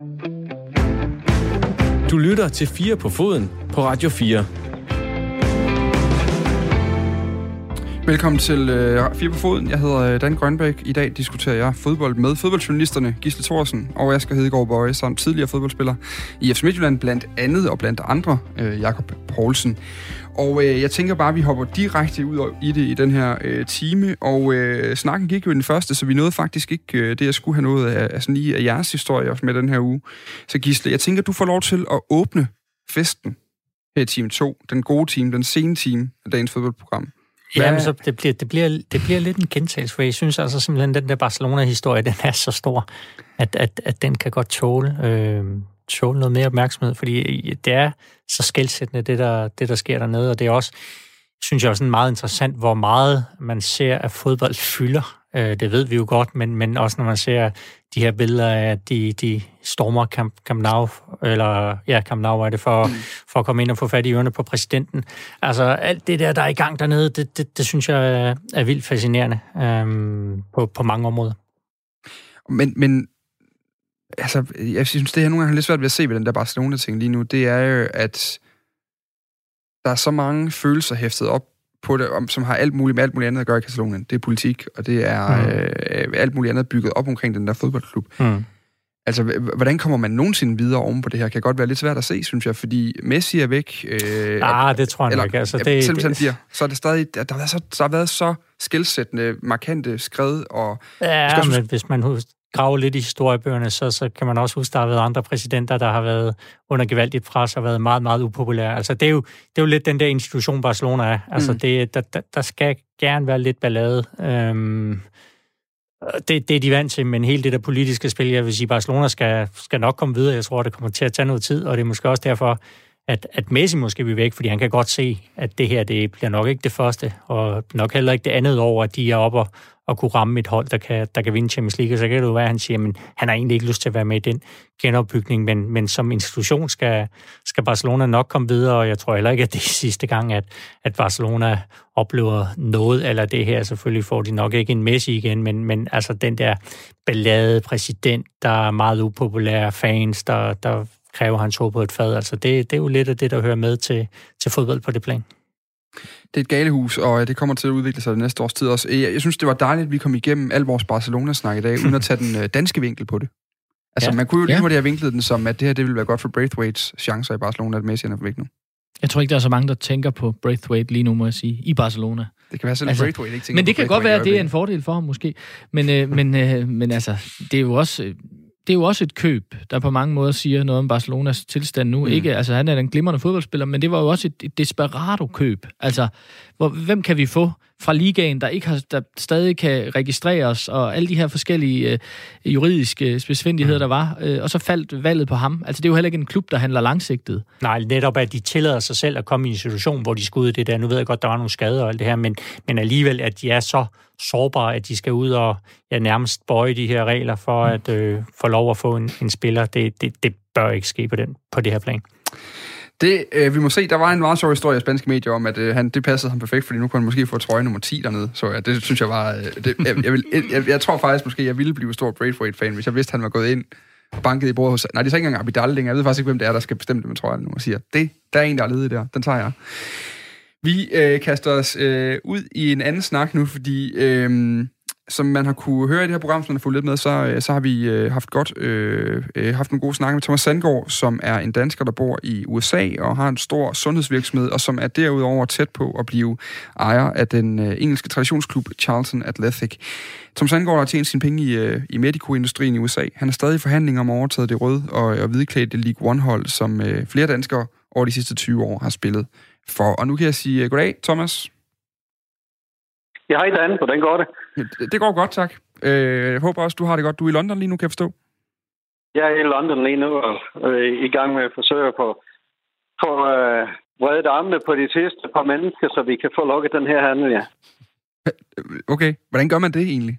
Du lytter til 4 på foden på Radio 4. Velkommen til 4 på foden. Jeg hedder Dan Grønbæk. I dag diskuterer jeg fodbold med fodboldjournalisterne Gisle Thorsen og Asger Hedegaard Bøje, samt tidligere fodboldspiller i FC Midtjylland, blandt andet og blandt andre Jakob Poulsen. Og jeg tænker bare, at vi hopper direkte ud i det i den her time, og snakken gik jo i den første, så vi nåede faktisk ikke det, jeg skulle have noget af, sådan lige af jeres historie med den her uge. Så Gisle, jeg tænker, du får lov til at åbne festen her i time 2, den gode time, den sene time af dagens fodboldprogram. Jamen, så det bliver lidt en gentagelse, for jeg synes altså simpelthen, den der Barcelona-historie, den er så stor, at den kan godt tåle noget mere opmærksomhed, fordi det er så skelsættende, det der sker dernede, og det er også, synes jeg, også meget interessant, hvor meget man ser, at fodbold fylder. Det ved vi jo godt, men også når man ser de her billeder af, at de stormer Camp Nou, eller ja, Camp Nou er det, for at komme ind og få fat i ørerne på præsidenten. Altså, alt det der er i gang dernede, det synes jeg er vildt fascinerende på mange områder. Men altså, jeg synes, det her nogle gange er lidt svært ved at se ved den der Barcelona-ting lige nu, det er jo, at der er så mange følelser hæftet op på det, som har alt muligt andet at gøre i Katalonien. Det er politik, og det er alt muligt andet bygget op omkring den der fodboldklub. Altså, hvordan kommer man nogensinde videre oven på det her? Kan godt være lidt svært at se, synes jeg, fordi Messi er væk. Det tror jeg ikke. Altså, selvom han bliver, så er det stadig, der har været så skelsættende, markante skred. Og men hvis man graver lidt i historiebøgerne, så kan man også huske, at der har været andre præsidenter, der har været under gevaldigt pres og været meget, meget upopulære. Altså, det er jo lidt den der institution, Barcelona er. Altså, der skal gerne være lidt ballade. Det er de vant til, men hele det der politiske spil, jeg vil sige, Barcelona skal nok komme videre. Jeg tror, det kommer til at tage noget tid, og det er måske også derfor, at Messi måske vil væk, fordi han kan godt se, at det her, det bliver nok ikke det første, og nok heller ikke det andet år, at de er oppe og kunne ramme et hold, der kan vinde Champions League. Så kan det jo være, at han siger, at han har egentlig ikke lyst til at være med i den genopbygning, men som institution skal Barcelona nok komme videre, og jeg tror heller ikke, at det er sidste gang, at Barcelona oplever noget eller det her. Selvfølgelig får de nok ikke en Messi igen, men altså den der ballade præsident, der er meget upopulære fans, der kræver hans hoved på et fad. Altså det er jo lidt af det, der hører med til fodbold på det plan. Det er et galehus, og det kommer til at udvikle sig det næste års tid også. Jeg synes, det var dejligt, at vi kom igennem al vores Barcelona-snak i dag, uden at tage den danske vinkel på det. Altså, man kunne jo lige hurtigt have vinklet den som, at det her det ville være godt for Braithwaites chancer i Barcelona, at Messi er væk nu. Jeg tror ikke, der er så mange, der tænker på Braithwaite lige nu, må jeg sige, i Barcelona. Det kan være selv, Braithwaite ikke tænker men det på kan godt være, at det er en fordel for ham måske. Men altså, det er jo også et køb, der på mange måder siger noget om Barcelonas tilstand nu. Ikke, altså, han er en glimrende fodboldspiller, men det var jo også et desperado-køb. Altså, hvem kan vi få fra ligaen, der stadig kan registreres, og alle de her forskellige juridiske spidsfindigheder, der var, og så faldt valget på ham. Altså, det er jo heller ikke en klub, der handler langsigtet. Nej, netop at de tillader sig selv at komme i en situation, hvor de skal ud af det der. Nu ved jeg godt, der var nogle skader og alt det her, men alligevel, at de er så sårbare, at de skal ud og nærmest bøje de her regler for at få lov at få en spiller. Det bør ikke ske på det her plan. Det, vi må se, der var en meget sjov historie i spanske medier om, at det passede ham perfekt, fordi nu kunne han måske få trøje nummer 10 dernede. Så det synes jeg var... jeg tror faktisk måske, jeg ville blive stor Braithwaite-fan, hvis jeg vidste, han var gået ind og banket i bordet hos... Nej, det er så ikke engang Abidal længere. Jeg ved faktisk ikke, hvem det er, der skal bestemme det med trøjen nu, og siger, der er en, der er ledig der. Den tager jeg. Vi kaster os ud i en anden snak nu, fordi... som man har kunne høre i det her program, som man har fulgt lidt med, så har vi haft en god snak med Thomas Sandgaard, som er en dansker, der bor i USA og har en stor sundhedsvirksomhed, og som er derudover tæt på at blive ejer af den engelske traditionsklub Charlton Athletic. Thomas Sandgaard har tjent sine penge i medico-industrien i USA. Han er stadig i forhandlinger om at overtage det røde og hvidklædte League One-hold, som flere danskere over de sidste 20 år har spillet for. Og nu kan jeg sige goddag, Thomas. Ja, hej Dan. Hvordan går det? Det går godt, tak. Jeg håber også, du har det godt. Du er i London lige nu, kan jeg forstå? Jeg er i London lige nu og i gang med at forsøge at få vredet armene på de sidste par mennesker, så vi kan få lukket den her handel, ja. Okay. Hvordan gør man det egentlig?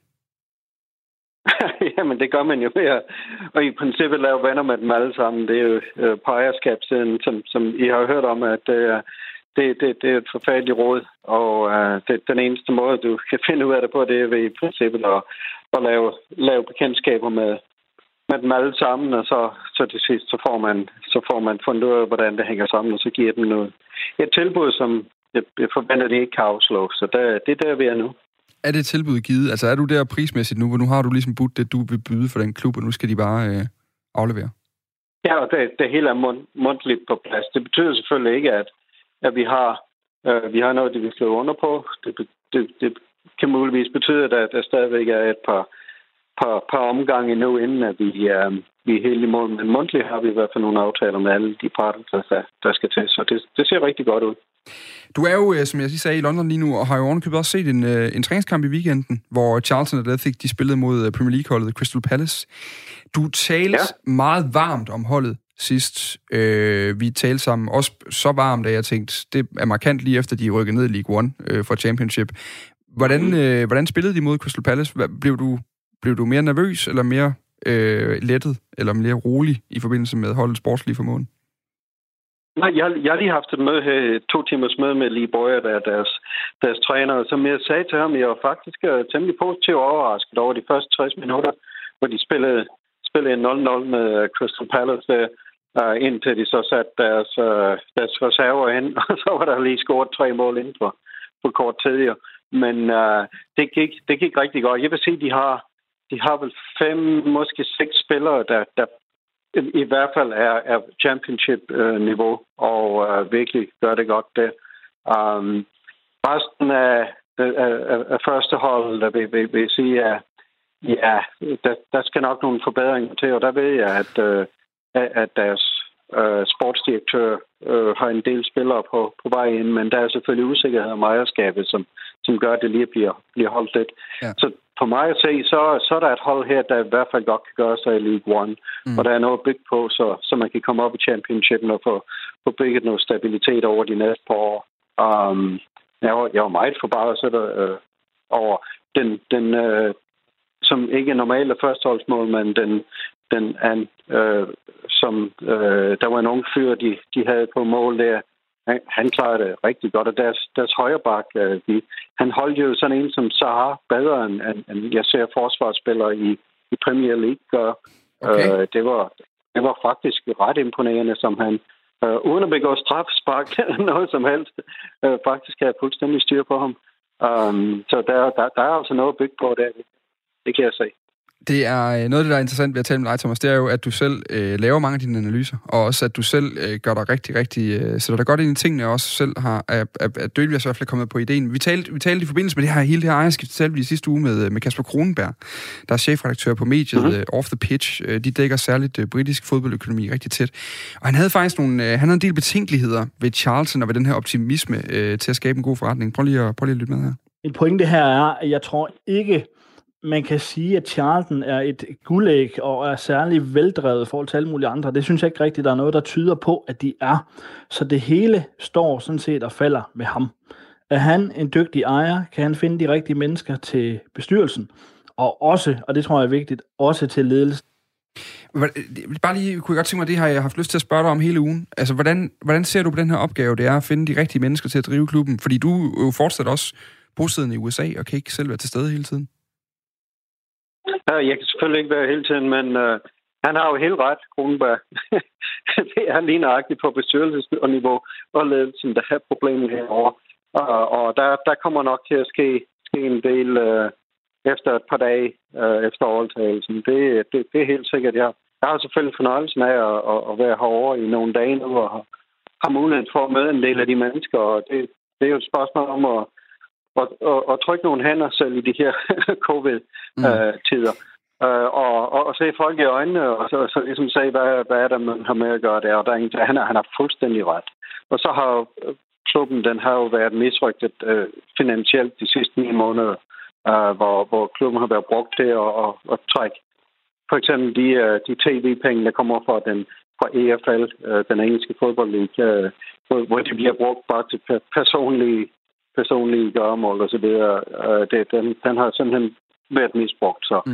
Jamen, det gør man jo ved og i princippet lave venner med dem alle sammen. Det er jo på ejerskabssiden, som I har hørt om, at det er et forfærdeligt råd, og den eneste måde, du kan finde ud af det på, det er ved i princippet at lave bekendtskaber med dem alle sammen, og så til sidst, så får man fundet ud af, hvordan det hænger sammen, og så giver dem noget. Et tilbud, som jeg forventer, det ikke kan afslå. Så det er der, vi er nu. Er det tilbud givet? Altså er du der prismæssigt nu, hvor nu har du ligesom budt det, du vil byde for den klub, og nu skal de bare aflevere? Ja, og det hele er mundtligt på plads. Det betyder selvfølgelig ikke, at vi har noget, det vi skriver under på. Det kan muligvis betyde, at der stadigvæk er et par omgange endnu, inden at vi er helt i mål. Men mundtligt har vi i hvert fald nogle aftaler med alle de parter, der skal til. Så det ser rigtig godt ud. Du er jo, som jeg sagde, i London lige nu, og har jo ovenikøbet også set en træningskamp i weekenden, hvor Charlton Athletic, de spillede mod Premier League-holdet Crystal Palace. Du talte meget varmt om holdet sidst. Vi talte sammen også så varmt, at jeg tænkte, det er markant lige efter, de rykkede ned i League One for Championship. Hvordan spillede de mod Crystal Palace? Blev du mere nervøs, eller mere lettet, eller mere rolig i forbindelse med holdets sportslige formåen? Nej, jeg har lige haft et møde her, 2 timers møde med Lee Boyer, der er deres træner, og som jeg sagde til ham, jeg var faktisk temmelig positivt overrasket over de første 60 minutter, hvor de spillede 0-0 med Crystal Palace, indtil de så satte deres reserver hen, og så var der lige scoret 3 mål inden for kort tid. Men det gik rigtig godt. Jeg vil sige, de har vel 5, måske 6 spillere, der i hvert fald er championship-niveau, og virkelig gør det godt der. Resten af første hold, der vil sige, at der skal nok nogle forbedringer til, og der ved jeg, at deres sportsdirektør har en del spillere på vej ind, men der er selvfølgelig usikkerhed om ejerskabet, som gør, at det lige bliver holdt lidt. Ja. Så for mig at se, så er der et hold her, der i hvert fald godt kan gøre sig i League One, og der er noget at bygge på, så man kan komme op i Championshipen og få bygget noget stabilitet over de næste par år. Jeg var meget forbavset over den som ikke er normalt af førsteholdsmål, men der var en ung fyr, de havde på mål der. Han klarede det rigtig godt, og deres højreback, han holdt jo sådan en som Zaha bedre, end jeg ser forsvarsspillere i Premier League gør. Okay. Det var faktisk ret imponerende, som han, uden at begå straffespark eller noget som helst, faktisk havde fuldstændig styr på ham. Så der er altså noget at bygge på der. Det kan jeg se. Det er noget af det, der er interessant ved at tale med dig, Thomas, det er jo, at du selv laver mange af dine analyser, og også at du selv gør dig rigtig, sætter dig godt ind i tingene, og også selv er delvis i hvert fald kommet på ideen. Vi talte i forbindelse med hele det her ejerskifte, talte vi i sidste uge med Kasper Kronenberg, der er chefredaktør på mediet Off the Pitch. De dækker særligt britisk fodboldøkonomi rigtig tæt. Og han havde faktisk han havde en del betænkeligheder ved Charlton og ved den her optimisme til at skabe en god forretning. Prøv lige at lytte med her. En pointe her er, at jeg tror ikke, man kan sige, at Charlton er et guldæg og er særlig veldrevet i forhold til alle mulige andre. Det synes jeg ikke rigtigt, der er noget, der tyder på, at de er. Så det hele står sådan set og falder med ham. Er han en dygtig ejer? Kan han finde de rigtige mennesker til bestyrelsen? Og det tror jeg er vigtigt, også til ledelsen. Bare lige, kunne jeg godt tænke mig, det har jeg haft lyst til at spørge dig om hele ugen. Altså, hvordan ser du på den her opgave, det er at finde de rigtige mennesker til at drive klubben? Fordi du er jo fortsat også bosiddende i USA og kan ikke selv være til stede hele tiden. Jeg kan selvfølgelig ikke være hele tiden, men han har jo helt ret, Kronenberg. Det er lige nøjagtigt på bestyrelsesniveau og ledelsen, der har problemet herovre. Og der kommer nok til at ske en del efter et par dage efter overtagelsen. Det er helt sikkert, Jeg har selvfølgelig fornøjelsen af at være herovre i nogle dage nu og har mulighed for at møde en del af de mennesker. Og det er jo et spørgsmål om at trykke nogle hænder selv i de her covid-tider. Og se folk i øjnene, og så ligesom sige, hvad er der, man har med at gøre der. Og han har fuldstændig ret. Og så har klubben, den har jo været misrygtet finansielt de sidste 9 måneder, hvor klubben har været brugt til at trække for eksempel de tv-penge, der kommer fra EFL, den engelske fodboldliga, hvor de bliver brugt bare til personlige gøremål og så videre. Den har simpelthen været misbrugt. Så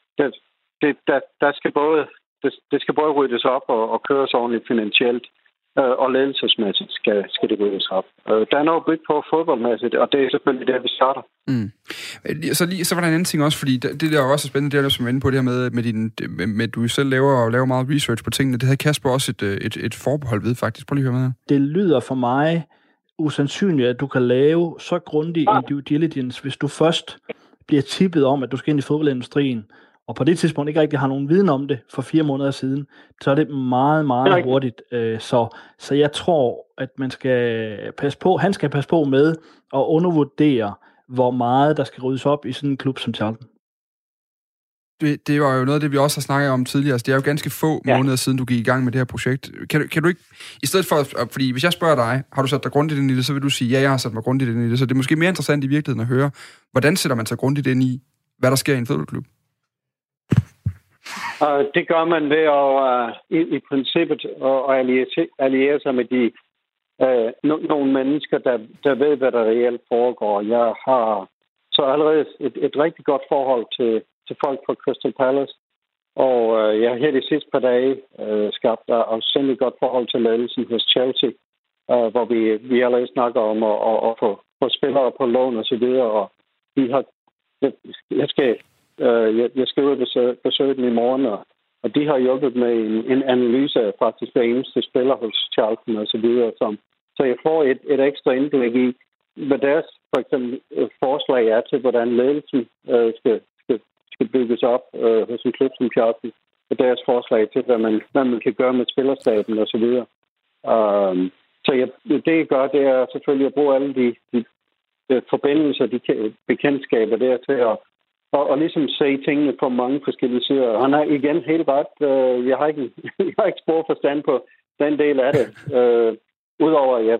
det skal både ryddes op og køres ordentligt finansielt, og ledelsesmæssigt skal det bygges op. Der er noget bygget på fodboldmæssigt, og det er selvfølgelig der, vi starter. Mm. Så var der en anden ting også, fordi det der er også spændende, det er, som jeg er inde på det her med du selv laver meget research på tingene. Det havde Kasper også et forbehold ved, faktisk. Prøv lige at høre med. Det lyder for mig usandsynligt, at du kan lave så grundig en due diligence, hvis du først bliver tippet om, at du skal ind i fodboldindustrien, og på det tidspunkt ikke rigtig har nogen viden om det for 4 måneder siden, så er det meget, meget hurtigt. Så jeg tror, at man skal passe på, han skal passe på med at undervurdere, hvor meget der skal ryddes op i sådan en klub som Charlton. Det var jo noget af det, vi også har snakket om tidligere. Altså, det er jo ganske få måneder siden, du gik i gang med det her projekt. Kan du ikke, i stedet for, fordi hvis jeg spørger dig, har du sat dig grundigt ind i det, så vil du sige, ja, jeg har sat mig grundigt ind i det. Så det er måske mere interessant i virkeligheden at høre, hvordan sætter man sig grundigt ind i, hvad der sker i en fodboldklub? Det gør man ved at i princippet at alliere sig med nogle mennesker, der ved, hvad der reelt foregår. Jeg har så allerede et rigtig godt forhold til folk fra Crystal Palace, og jeg har her de sidste par dage skabt et afsindigt godt forhold til ledelsen hos Chelsea, hvor vi allerede snakker om at få spillere på lån og så videre, og jeg skal ud og besøge dem i morgen, og de har hjulpet med en analyse af faktisk hver eneste spiller hos Charlton og så videre. Så jeg får et ekstra indblik i, hvad deres for eksempel forslag er til, hvordan ledelsen skal bygges op hos en klub som Charlton, og deres forslag til, hvad man kan gøre med spillerstaben og så videre. Så det jeg gør, det er selvfølgelig at bruge alle de forbindelser, de bekendtskaber der til og ligesom se tingene på mange forskellige sider. Han er igen helt ret. Jeg har ikke spor forstand på den del af det. Udover at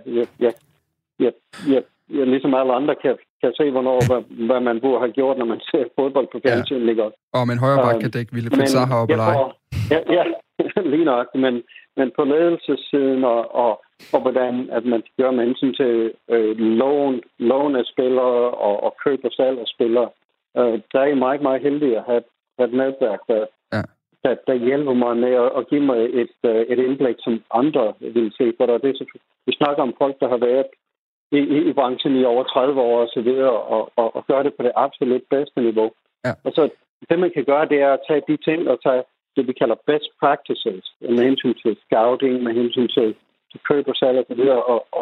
jeg ligesom alle andre kan se, hvad man burde have gjort, når man ser fodbold på fjernsyn ligger. Og med en højre bakke kan dække Wilfried Zaha op og lege. Ja, lige nok. Men på ledelsessiden og hvordan at man gør med hensyn til lån af spillere og køb og salg af spillere, der er jeg meget, meget heldig at have et netværk, der hjælper mig med at give mig et indblik, som andre vil se på det. Vi snakker om folk, der har været i branchen i over 30 år og så videre, og gøre det på det absolut bedste niveau. Ja. Og så det, man kan gøre, det er at tage de ting og tage det, vi kalder best practices, med hensyn til scouting, med hensyn til køb og salg og så videre,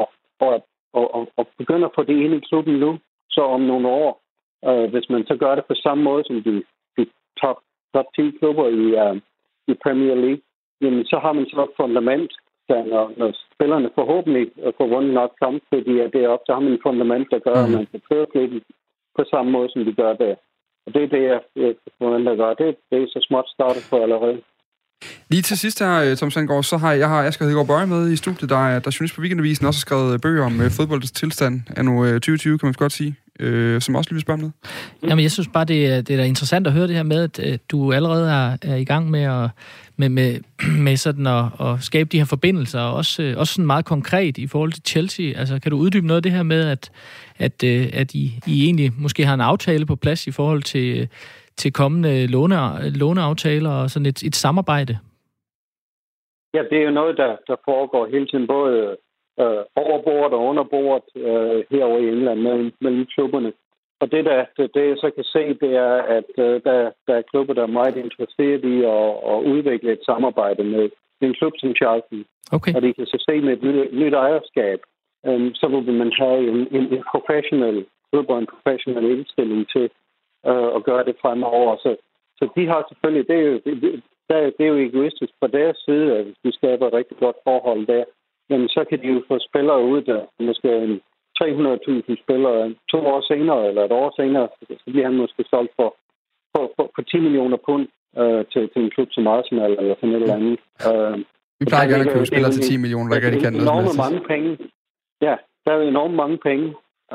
og begynde at få det ind i klubben nu, så om nogle år, hvis man så gør det på samme måde som de top 10 klubber i Premier League, jamen så har man så et fundament, når spillerne forhåbentlig får vundet nok kamp, fordi det er op, så har man et fundament, der gør, at man kan føre klubben på samme måde, som de gør der. Og det er det, jeg gør. Det er så småt startet på allerede. Lige til sidst her, Tom Sandgaard, så har jeg Asger Hedegaard Bøje med i studiet, der journalist på Weekendavisen også har skrevet bøger om fodboldens tilstand anno 2020, kan man godt sige, som også lige vil spørge med. Jamen, jeg synes bare, det er da interessant at høre det her med, at du allerede er i gang med sådan at skabe de her forbindelser, og også sådan meget konkret i forhold til Chelsea. Altså, kan du uddybe noget af det her med, at I egentlig måske har en aftale på plads i forhold til kommende låneaftaler og sådan et samarbejde? Ja, det er jo noget, der foregår hele tiden, både over bordet og under bordet herovre i England mellem klubberne. Og det jeg så kan se, det er, at der er klubber, der er meget interesseret i at udvikle et samarbejde med en klub som Charlton. Okay. Og de kan så se med et nyt ejerskab, så vil man have en professionel klub og en professionel indstilling til at gøre det fremover. Så de har selvfølgelig, det er jo egoistisk på deres side, at hvis de skaber et rigtig godt forhold der, jamen så kan de jo få spillere ud, der måske 300.000 spillere 2 år senere, eller et år senere, så bliver han måske solgt for 10 millioner pund til en klub som Arsenal, eller sådan et eller andet. Vi plejer gerne at købe spillere til 10 millioner, der ikke rigtig kan noget. Der er enormt mange penge. Ja, der er enormt mange penge,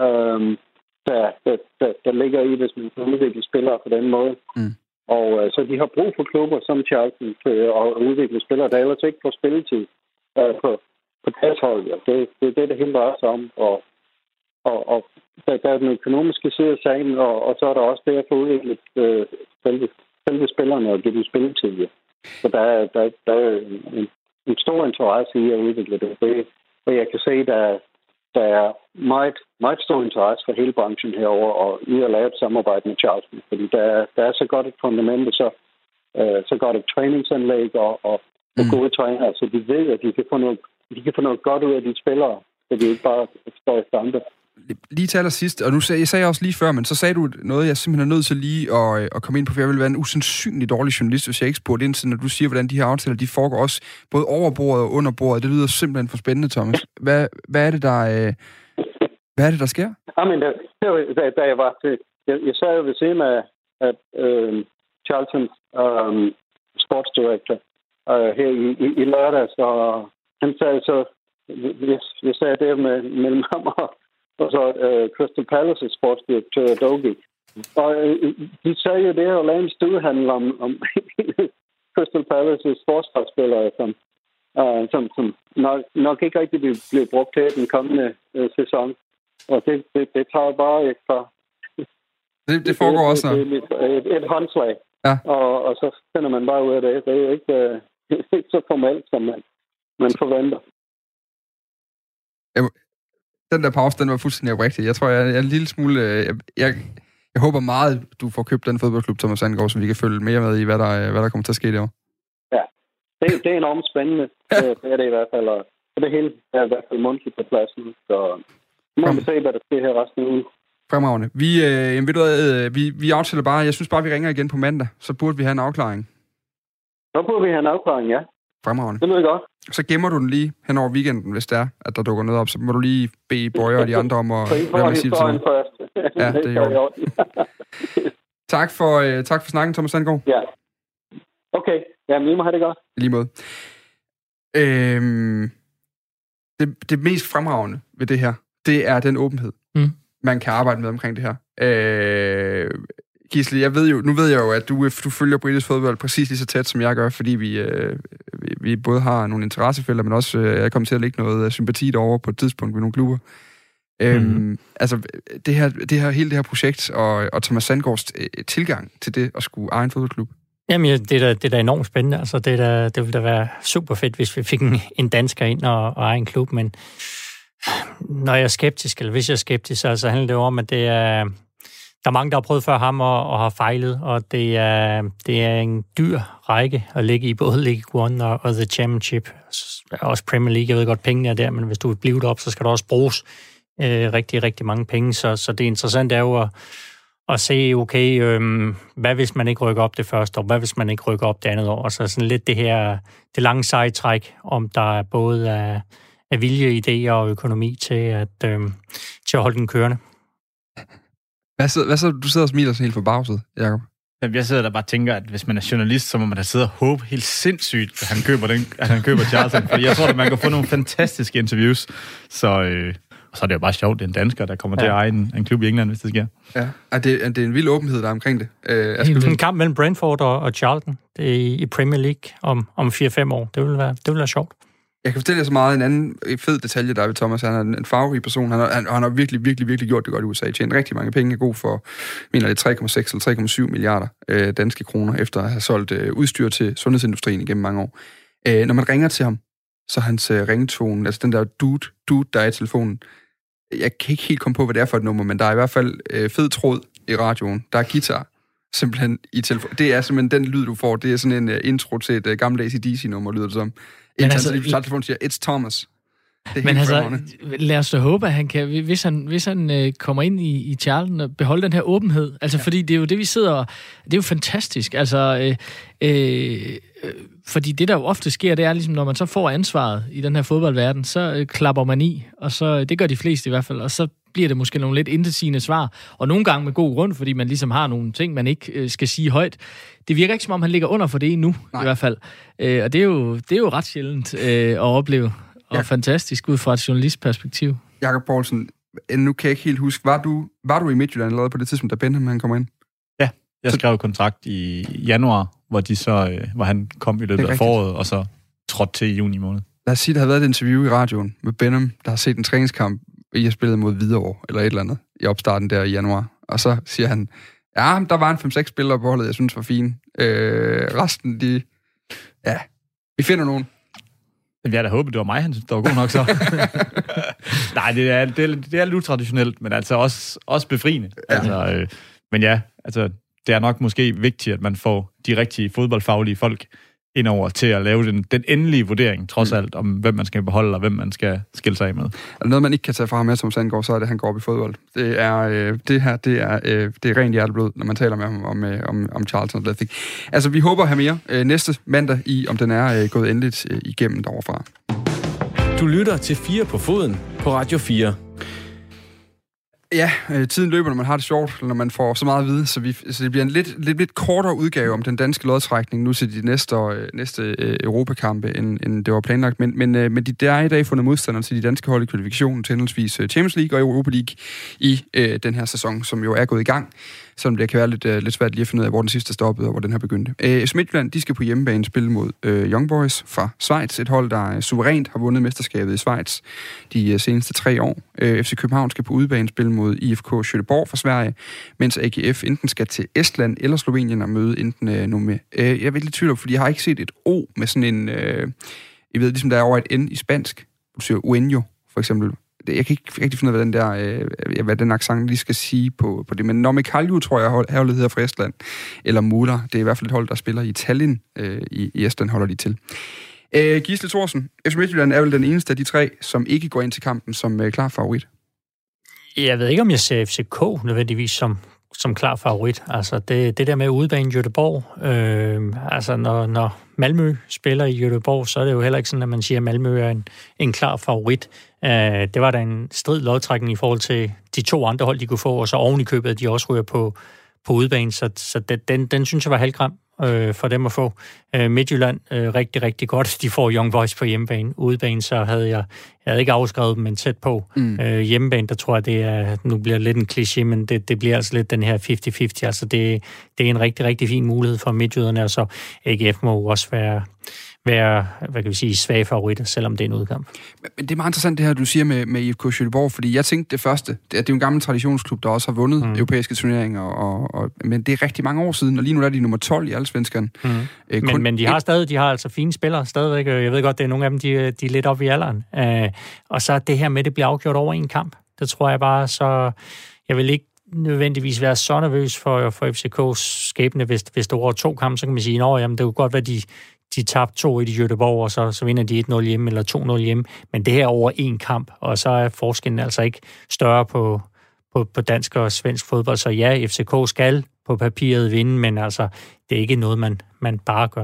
der ligger i, hvis man kan udvikle spillere på den måde. Mm. Og så de har brug for klubber som Charlton til at udvikle spillere, der ellers ikke får spilletid på deres hold. Ja. Det er det hele drejer sig om. Og der er den økonomiske side af sagen, og så er der også det at få udviklet selve spillerne og give dem spilletid. Ja. Så der er en stor interesse i at udvikle det. Og jeg kan se, der er meget, meget stor interesse for hele branchen herover og i at lave et samarbejde med Charleston. Fordi der er så godt et fundament, og så godt et træningsanlæg og gode trænere, så de ved, at de kan få noget godt ud af de spillere, så de ikke bare står i stampe. Lige til allersidst, og jeg sagde også lige før, men så sagde du noget, jeg simpelthen er nødt til lige at komme ind på, for jeg vil være en usandsynlig dårlig journalist, hvis jeg ikke spurgte ind til, når du siger, hvordan de her aftaler, de foregår også både over bordet og under bordet. Det lyder simpelthen for spændende, Thomas. Hvad er det, der sker? Jamen, da jeg var til... Jeg sad jo ved siden af Charltons sportsdirektør her i lørdags, og han sagde så... Jeg sagde det mellem ham og så Crystal Palace's sportsdirektør, Dogi. Og de sagde jo det at lave en studiehandel om Crystal Palace's sportsspillere, som nok ikke rigtig bliver brugt til den kommende sæson. Og det tager bare et par... Det foregår også. Et håndslag. Ja. Og så finder man bare ud af det. Det er jo ikke så formelt, som man forventer. Den der pause, den var fuldstændig oprigtig. Jeg tror, jeg er en lille smule... Jeg håber meget, du får købt den fodboldklub, Thomas Sandgaard, så vi kan følge mere med i, hvad der kommer til at ske derovre. Ja, det er enormt spændende. Det er det i hvert fald. Og det hele er i hvert fald mundtligt på pladsen. Så må vi se, hvad der sker her resten af ugen. Fremragende. Vi aftaler bare... Jeg synes bare, vi ringer igen på mandag. Så burde vi have en afklaring. Så burde vi have en afklaring, ja. Fremragende. Det lyder godt. Så gemmer du den lige hen over weekenden, hvis det er, at der dukker noget op. Så må du lige bede Bøjer og de andre om at være med at sige det til først. Ja, det er jo. Tak for snakken, Thomas Sandgaard. Ja. Okay. Jamen, I må have det godt. I lige måde. Det mest fremragende ved det her, det er den åbenhed, man kan arbejde med omkring det her. Gisle, nu ved jeg jo, at du følger britisk fodbold præcis lige så tæt, som jeg gør, fordi vi både har nogle interessefælder, men også er kommet til at lægge noget sympati derovre på et tidspunkt ved nogle klubber. Altså, hele det her projekt og Thomas Sandgaards tilgang til det at skulle eje en fodboldklub. Jamen, det er da enormt spændende. Altså, det ville da være super fedt, hvis vi fik en dansker ind og eje en klub, men når jeg er skeptisk, eller hvis jeg er skeptisk, så handler det jo om, at det er... Der er mange, der har prøvet før ham og har fejlet, og det er en dyr række at ligge i både League One og The Championship. Også Premier League, jeg ved godt, pengene er der, men hvis du vil blive derop, så skal der også bruges rigtig, rigtig mange penge. Så det interessante er jo at se, okay, hvad hvis man ikke rykker op det første år, hvad hvis man ikke rykker op det andet år? Og så sådan lidt det lange sejtræk, om der er både af vilje, idéer og økonomi til at holde den kørende. Hvad så? Du sidder og smiler sådan helt forbavset, Jacob. Jeg sidder der bare og tænker, at hvis man er journalist, så må man da sidde og håbe helt sindssygt, at han køber Charlton. For jeg tror, at man kan få nogle fantastiske interviews. Og så er det jo bare sjovt, det er en dansker, der kommer til at eje en klub i England, hvis det sker. Ja, det er en vild åbenhed, der er omkring det. En kamp mellem Brentford og Charlton i Premier League om 4-5 år. Det vil være sjovt. Jeg kan fortælle jer så meget en anden fed detalje, der er ved Thomas. Han er en farverig person. Han har virkelig, virkelig, virkelig gjort det godt i USA. Tjent rigtig mange penge, god for, mener det 3,6 eller 3,7 milliarder danske kroner, efter at have solgt udstyr til sundhedsindustrien igennem mange år. Når man ringer til ham, så hans ringetone, altså den der dude, der er i telefonen, jeg kan ikke helt komme på, hvad det er for et nummer, men der er i hvert fald fed tråd i radioen. Der er guitar simpelthen i telefonen. Det er simpelthen den lyd, du får. Det er sådan en intro til et gammeldags ACDC-nummer, lyder det som. Men telefonen siger, it's Thomas. Men altså, lad os da håbe, at han kan, hvis han kommer ind i Charlton og beholde den her åbenhed. Altså, fordi det er jo det, vi sidder... Det er jo fantastisk. Altså, fordi det, der jo ofte sker, det er ligesom, når man så får ansvaret i den her fodboldverden, så klapper man i, og så, det gør de fleste i hvert fald, og så bliver det måske nogle lidt intetsigende svar, og nogle gange med god grund, fordi man ligesom har nogle ting, man ikke skal sige højt. Det virker ikke, som om han ligger under for det endnu, i hvert fald. Og det er jo ret sjældent at opleve, og fantastisk ud fra et journalistperspektiv. Jakob Poulsen, nu kan jeg ikke helt huske, var du i Midtjylland allerede på det tidspunkt, da Benham kommer ind? Ja, jeg skrev kontrakt i januar, hvor han kom i løbet af foråret, og så trådte til i juni måned. Lad os sige, der har været et interview i radioen med Benham, der har set en træningskamp, I har spillet mod Hvidovre, eller et eller andet, i opstarten der i januar. Og så siger han, ja, der var en 5-6 spillere på holdet, jeg synes var fine. Resten, vi finder nogen. Jeg havde da håbet, det var mig, han synes, der var god nok så. Nej, det er lidt utraditionelt, men altså også befriende. Ja. Altså, men ja, altså, det er nok måske vigtigt, at man får de rigtige fodboldfaglige folk indover til at lave den endelige vurdering, trods alt, om hvem man skal beholde, og hvem man skal skille sig af med. Noget, man ikke kan tage fra ham med, som Sandgaard, så er det, at han går op i fodbold. Det er rent hjerteblod, når man taler med ham om Charlton Athletic. Altså, vi håber at have mere næste mandag om den er gået endeligt igennem deroverfra. Du lytter til 4 på foden på Radio 4. Ja, tiden løber, når man har det sjovt, når man får så meget at vide, så det bliver en lidt kortere udgave om den danske lodtrækning nu til de næste Europakampe, end det var planlagt. Men der er i dag fundet modstandere til de danske hold i kvalifikationen til henholdsvis Champions League og Europa League i den her sæson, som jo er gået i gang. Selvom det kan være lidt svært lige at finde ud af, hvor den sidste stoppede og hvor den her begyndte. Midtjylland, de skal på hjemmebane spille mod Young Boys fra Schweiz, et hold, der suverænt har vundet mesterskabet i Schweiz de seneste 3 år. FC København skal på udebane spille mod IFK Göteborg fra Sverige, mens AGF enten skal til Estland eller Slovenien og møde enten Nome. Jeg er lidt tvivl, fordi jeg har ikke set et O med sådan en, jeg ved ligesom der er over et N i spansk. Du siger Uenio, for eksempel. Jeg kan ikke rigtig finde ud af, hvad den accent lige skal sige på det. Men Nome Kalju, tror jeg, holdet hedder fra Estland. Eller Mula. Det er i hvert fald et hold, der spiller i Tallinn. I Estland holder de til. Gisle Thorsen, FC Midtjylland er vel den eneste af de 3, som ikke går ind til kampen som klar favorit. Jeg ved ikke, om jeg ser FCK nødvendigvis som klar favorit. Altså, det der med udebane Göteborg, altså når Malmø spiller i Göteborg, så er det jo heller ikke sådan, at man siger, at Malmø er en klar favorit. Det var da en strid lodtrækning i forhold til de 2 andre hold, de kunne få, og så oven i købet, at de også ryger på udebane, så den synes jeg var halvgram for dem at få. Midtjylland rigtig, rigtig godt. De får Young Boys på hjemmebane. Udebane, så havde jeg ikke afskrevet dem, men tæt på. Hjemmebane, der tror jeg, nu bliver det lidt en kliché, men det bliver altså lidt den her 50-50. Altså det er en rigtig, rigtig fin mulighed for midtjyderne, og så AGF må også være hvad kan vi sige, svage favoritter, selvom det er en udkamp. Men det er meget interessant det her, du siger med IFK Göteborg, fordi jeg tænkte det første, det er jo en gammel traditionsklub, der også har vundet europæiske turneringer, men det er rigtig mange år siden, og lige nu er de nummer 12 i Allsvenskan. Men de har altså fine spillere stadigvæk. Jeg ved godt, det er nogle af dem, de er lidt oppe i alderen. Og så det her med, det bliver afgjort over en kamp. Det tror jeg bare, så jeg vil ikke nødvendigvis være så nervøs for FCK's skæbne, hvis det over 2 kampe, så kan man sige, jamen det kunne godt være, de tabte 2-1 i Göteborg, og så vinder de 1-0 hjemme eller 2-0 hjemme. Men det her over en kamp, og så er forskellen altså ikke større på dansk og svensk fodbold. Så ja, FCK skal på papiret vinde, men altså, det er ikke noget, man bare gør.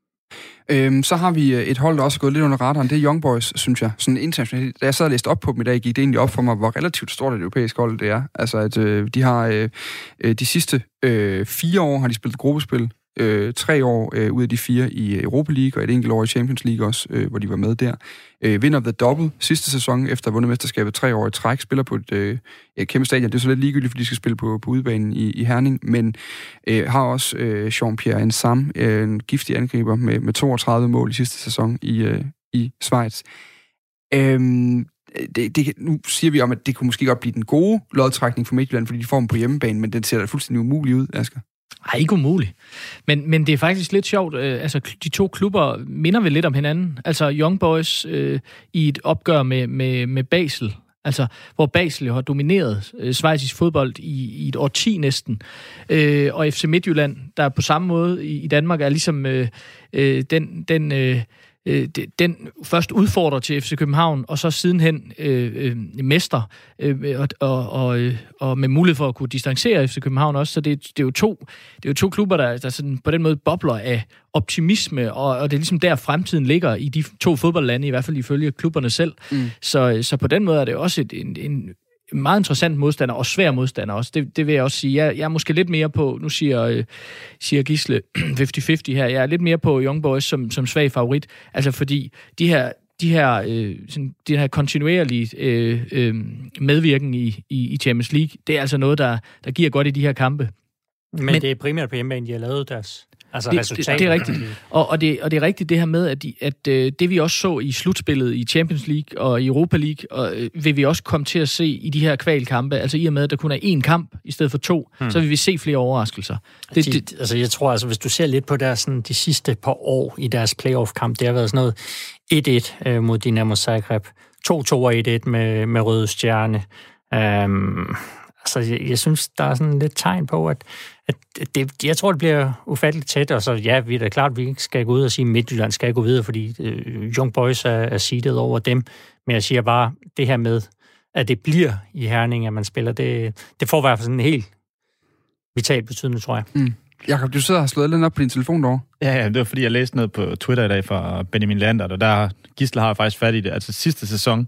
Så har vi et hold, der også er gået lidt under radaren. Det er Young Boys, synes jeg. Sådan internationalt. Da jeg sad og læste op på dem i dag, gik det egentlig op for mig, hvor relativt stort et europæisk hold det er. Altså, at de har de sidste 4 år har de spillet gruppespil. 3 år ud af de 4 i Europa League, og et enkelt år i Champions League også, hvor de var med der. Vinder The Double sidste sæson, efter at have vundet mesterskabet 3 år i træk, spiller på et kæmpe stadion. Det er så lidt ligegyldigt, fordi de skal spille på udebanen i Herning, men har også Jean-Pierre Ensam, en giftig angriber med 32 mål i sidste sæson i Schweiz. Nu siger vi om, at det kunne måske godt blive den gode lodtrækning for Midtjylland, fordi de får dem på hjemmebane, men den ser da fuldstændig umulig ud, Asger. Nej, ikke umuligt. Men det er faktisk lidt sjovt. Altså, de 2 klubber minder vel lidt om hinanden. Altså, Young Boys i et opgør med Basel. Altså, hvor Basel jo har domineret schweizisk fodbold i et årti næsten. Og FC Midtjylland, der på samme måde i Danmark er ligesom den først udfordrer til FC København, og så sidenhen mester, og med mulighed for at kunne distancere FC København også. Så det er jo to klubber, der sådan på den måde bobler af optimisme, og det er ligesom der fremtiden ligger i de 2 fodboldlande, i hvert fald ifølge klubberne selv. Så på den måde er det også en meget interessant modstander, og svær modstander også. Det vil jeg også sige. Jeg er måske lidt mere på, nu siger Gisle 50-50 her, jeg er lidt mere på Young Boys som svag favorit, altså fordi de her kontinuerlige medvirken i Champions League, det er altså noget, der giver godt i de her kampe. Men det er primært på hjemmebane, de har lavet Altså resultatet. Det er rigtigt. Og det er rigtigt det her med, at det vi også så i slutspillet i Champions League og i Europa League, og vil vi også komme til at se i de her kvalkampe, altså i og med, at der kun er én kamp i stedet for 2, så vil vi se flere overraskelser. Altså jeg tror, altså hvis du ser lidt på deres, sådan, de sidste par år i deres playoff-kamp, det har været sådan noget 1-1 mod Dinamo Zagreb, 2-2 og 1-1 med Røde Stjerne. Altså, jeg synes, der er sådan lidt tegn på, at jeg tror, det bliver ufatteligt tæt, og så ja, vi er da klart, at vi ikke skal gå ud og sige, at Midtjylland skal gå videre, fordi Young Boys er seedet over dem, men jeg siger bare, det her med, at det bliver i Herning, at man spiller, det får i hvert fald sådan en helt vital betydning, tror jeg. Jakob, du sidder og har slået lidt op på din telefon derovre. Ja, det var fordi, jeg læste noget på Twitter i dag fra Benjamin Landert, og der Gisle har faktisk fat i det. Altså sidste sæson,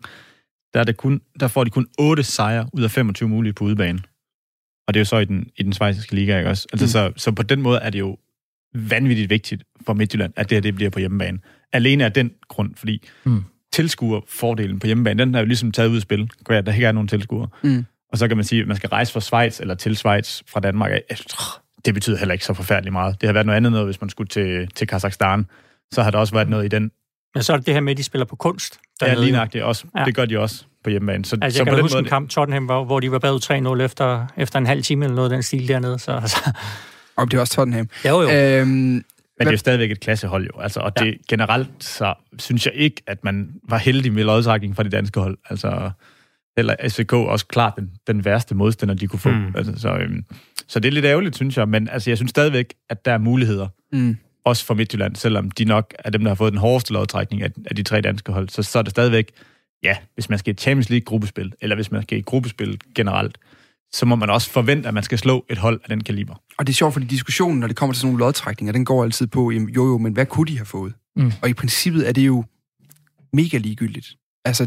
der får de kun 8 sejre ud af 25 mulige på udebane. Og det er jo så i den schweiziske liga, ikke også? Altså, så på den måde er det jo vanvittigt vigtigt for Midtjylland, at det bliver på hjemmebane. Alene af den grund, fordi tilskuerfordelen på hjemmebane, den er jo ligesom taget ud af spil, der ikke er nogen tilskuere. Og så kan man sige, at man skal rejse fra Schweiz eller til Schweiz fra Danmark. Det betyder heller ikke så forfærdeligt meget. Det har været noget andet noget, hvis man skulle til Kazakhstan. Så har der også været noget i den. Men så er det her med, at de spiller på kunst. Ja, lige nøjagtigt også. Ja. Det gør de også på hjemmebane. Så, altså, jeg kan huske en kamp Tottenham, hvor de var bagud 3-0 efter en halv time eller noget af den stil dernede. Så, altså. Og det er også Tottenham. Jo. Men det er jo stadigvæk et klassehold jo. Altså, og det generelt, så synes jeg ikke, at man var heldig med lodtrækning fra de danske hold. Altså, eller SVK også klart den værste modstander, de kunne få. Altså, så det er lidt ærgerligt, synes jeg. Men altså, jeg synes stadigvæk, at der er muligheder. Også for Midtjylland, selvom de nok er dem, der har fået den hårdeste lodtrækning af de 3 danske hold. Så er det stadigvæk, hvis man skal i Champions League gruppespil, eller hvis man skal i gruppespil generelt, så må man også forvente, at man skal slå et hold af den kaliber. Og det er sjovt, fordi diskussionen, når det kommer til sådan nogle lodtrækninger, den går altid på, men hvad kunne de have fået? Og i princippet er det jo mega ligegyldigt. Altså,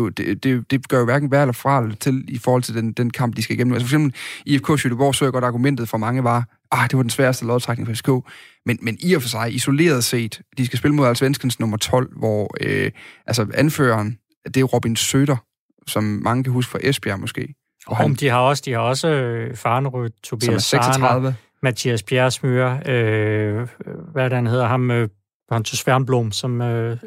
det gør jo hverken værd eller fra til i forhold til den kamp, de skal igennem. Altså for eksempel i FK Göteborg så jeg godt argumentet for mange var, det var den sværeste lodtrækning for FK. Men i og for sig, isoleret set, de skal spille mod Allsvenskens nummer 12, hvor anføreren, det er Robin Søder, som mange kan huske fra Esbjerg måske. Og de har også Farnerud, Tobias Sarner, Mathias Bjergsmyre, hvad han hedder, ham Pontus Wernbloom, som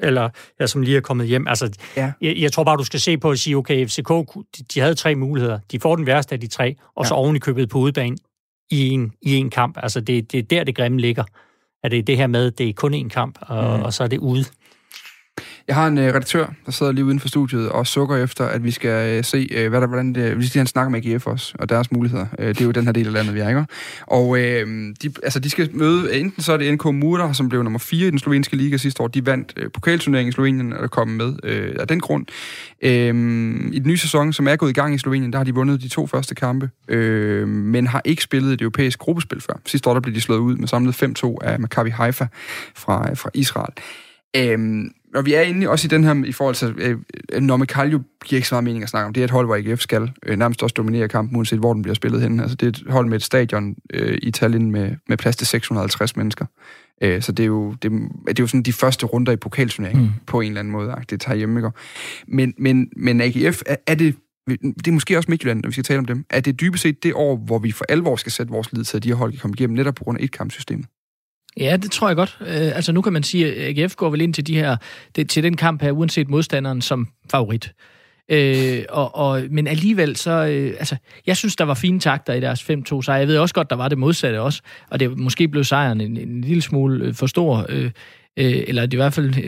lige er kommet hjem. Altså, jeg tror bare, du skal se på at sige, okay, FCK, de havde 3 muligheder. De får den værste af de 3, og så oven i købet på udebane i en kamp. Altså, det er der, det grimme ligger. At det er det her med, det er kun én kamp, og så er det ude. Jeg har en redaktør, der sidder lige uden for studiet og sukker efter, at vi skal se, hvordan det... Vi skal snakke med AGF også, og deres muligheder. Det er jo den her del af landet, vi er, ikke? Og de skal møde... Enten så er det NK Murder, som blev nummer 4 i den slovenske liga sidste år. De vandt pokalturneringen i Slovenien, og er kommet med af den grund. I den nye sæson, som er gået i gang i Slovenien, der har de vundet de 2 første kampe, men har ikke spillet et europæisk gruppespil før. Sidste år, der blev de slået ud med samlet 5-2 af Maccabi Haifa fra Israel. Og vi er inde også i den her, i forhold til, når Mikaljo giver ikke så meget mening at snakke om. Det er et hold, hvor AGF skal nærmest også dominere kampen, uanset hvor den bliver spillet henne. Altså, det er et hold med et stadion i Tallinn med plads til 650 mennesker. Så det er jo sådan de første runder i pokalturneringen på en eller anden måde. Det tager hjemme, ikke? Men AGF, er det er måske også Midtjylland, når vi skal tale om dem. Er det dybest set det år, hvor vi for alvor skal sætte vores lid til, at de her hold kan komme igennem, netop på grund af et-kampsystemet? Ja, det tror jeg godt. Altså nu kan man sige, at AGF går vel ind til til den kamp her, uanset modstanderen, som favorit. Men alligevel så... jeg synes, der var fine takter i deres 5-2 sejr. Jeg ved også godt, der var det modsatte også, og det måske blev sejren en lille smule for stor, eller det er i hvert fald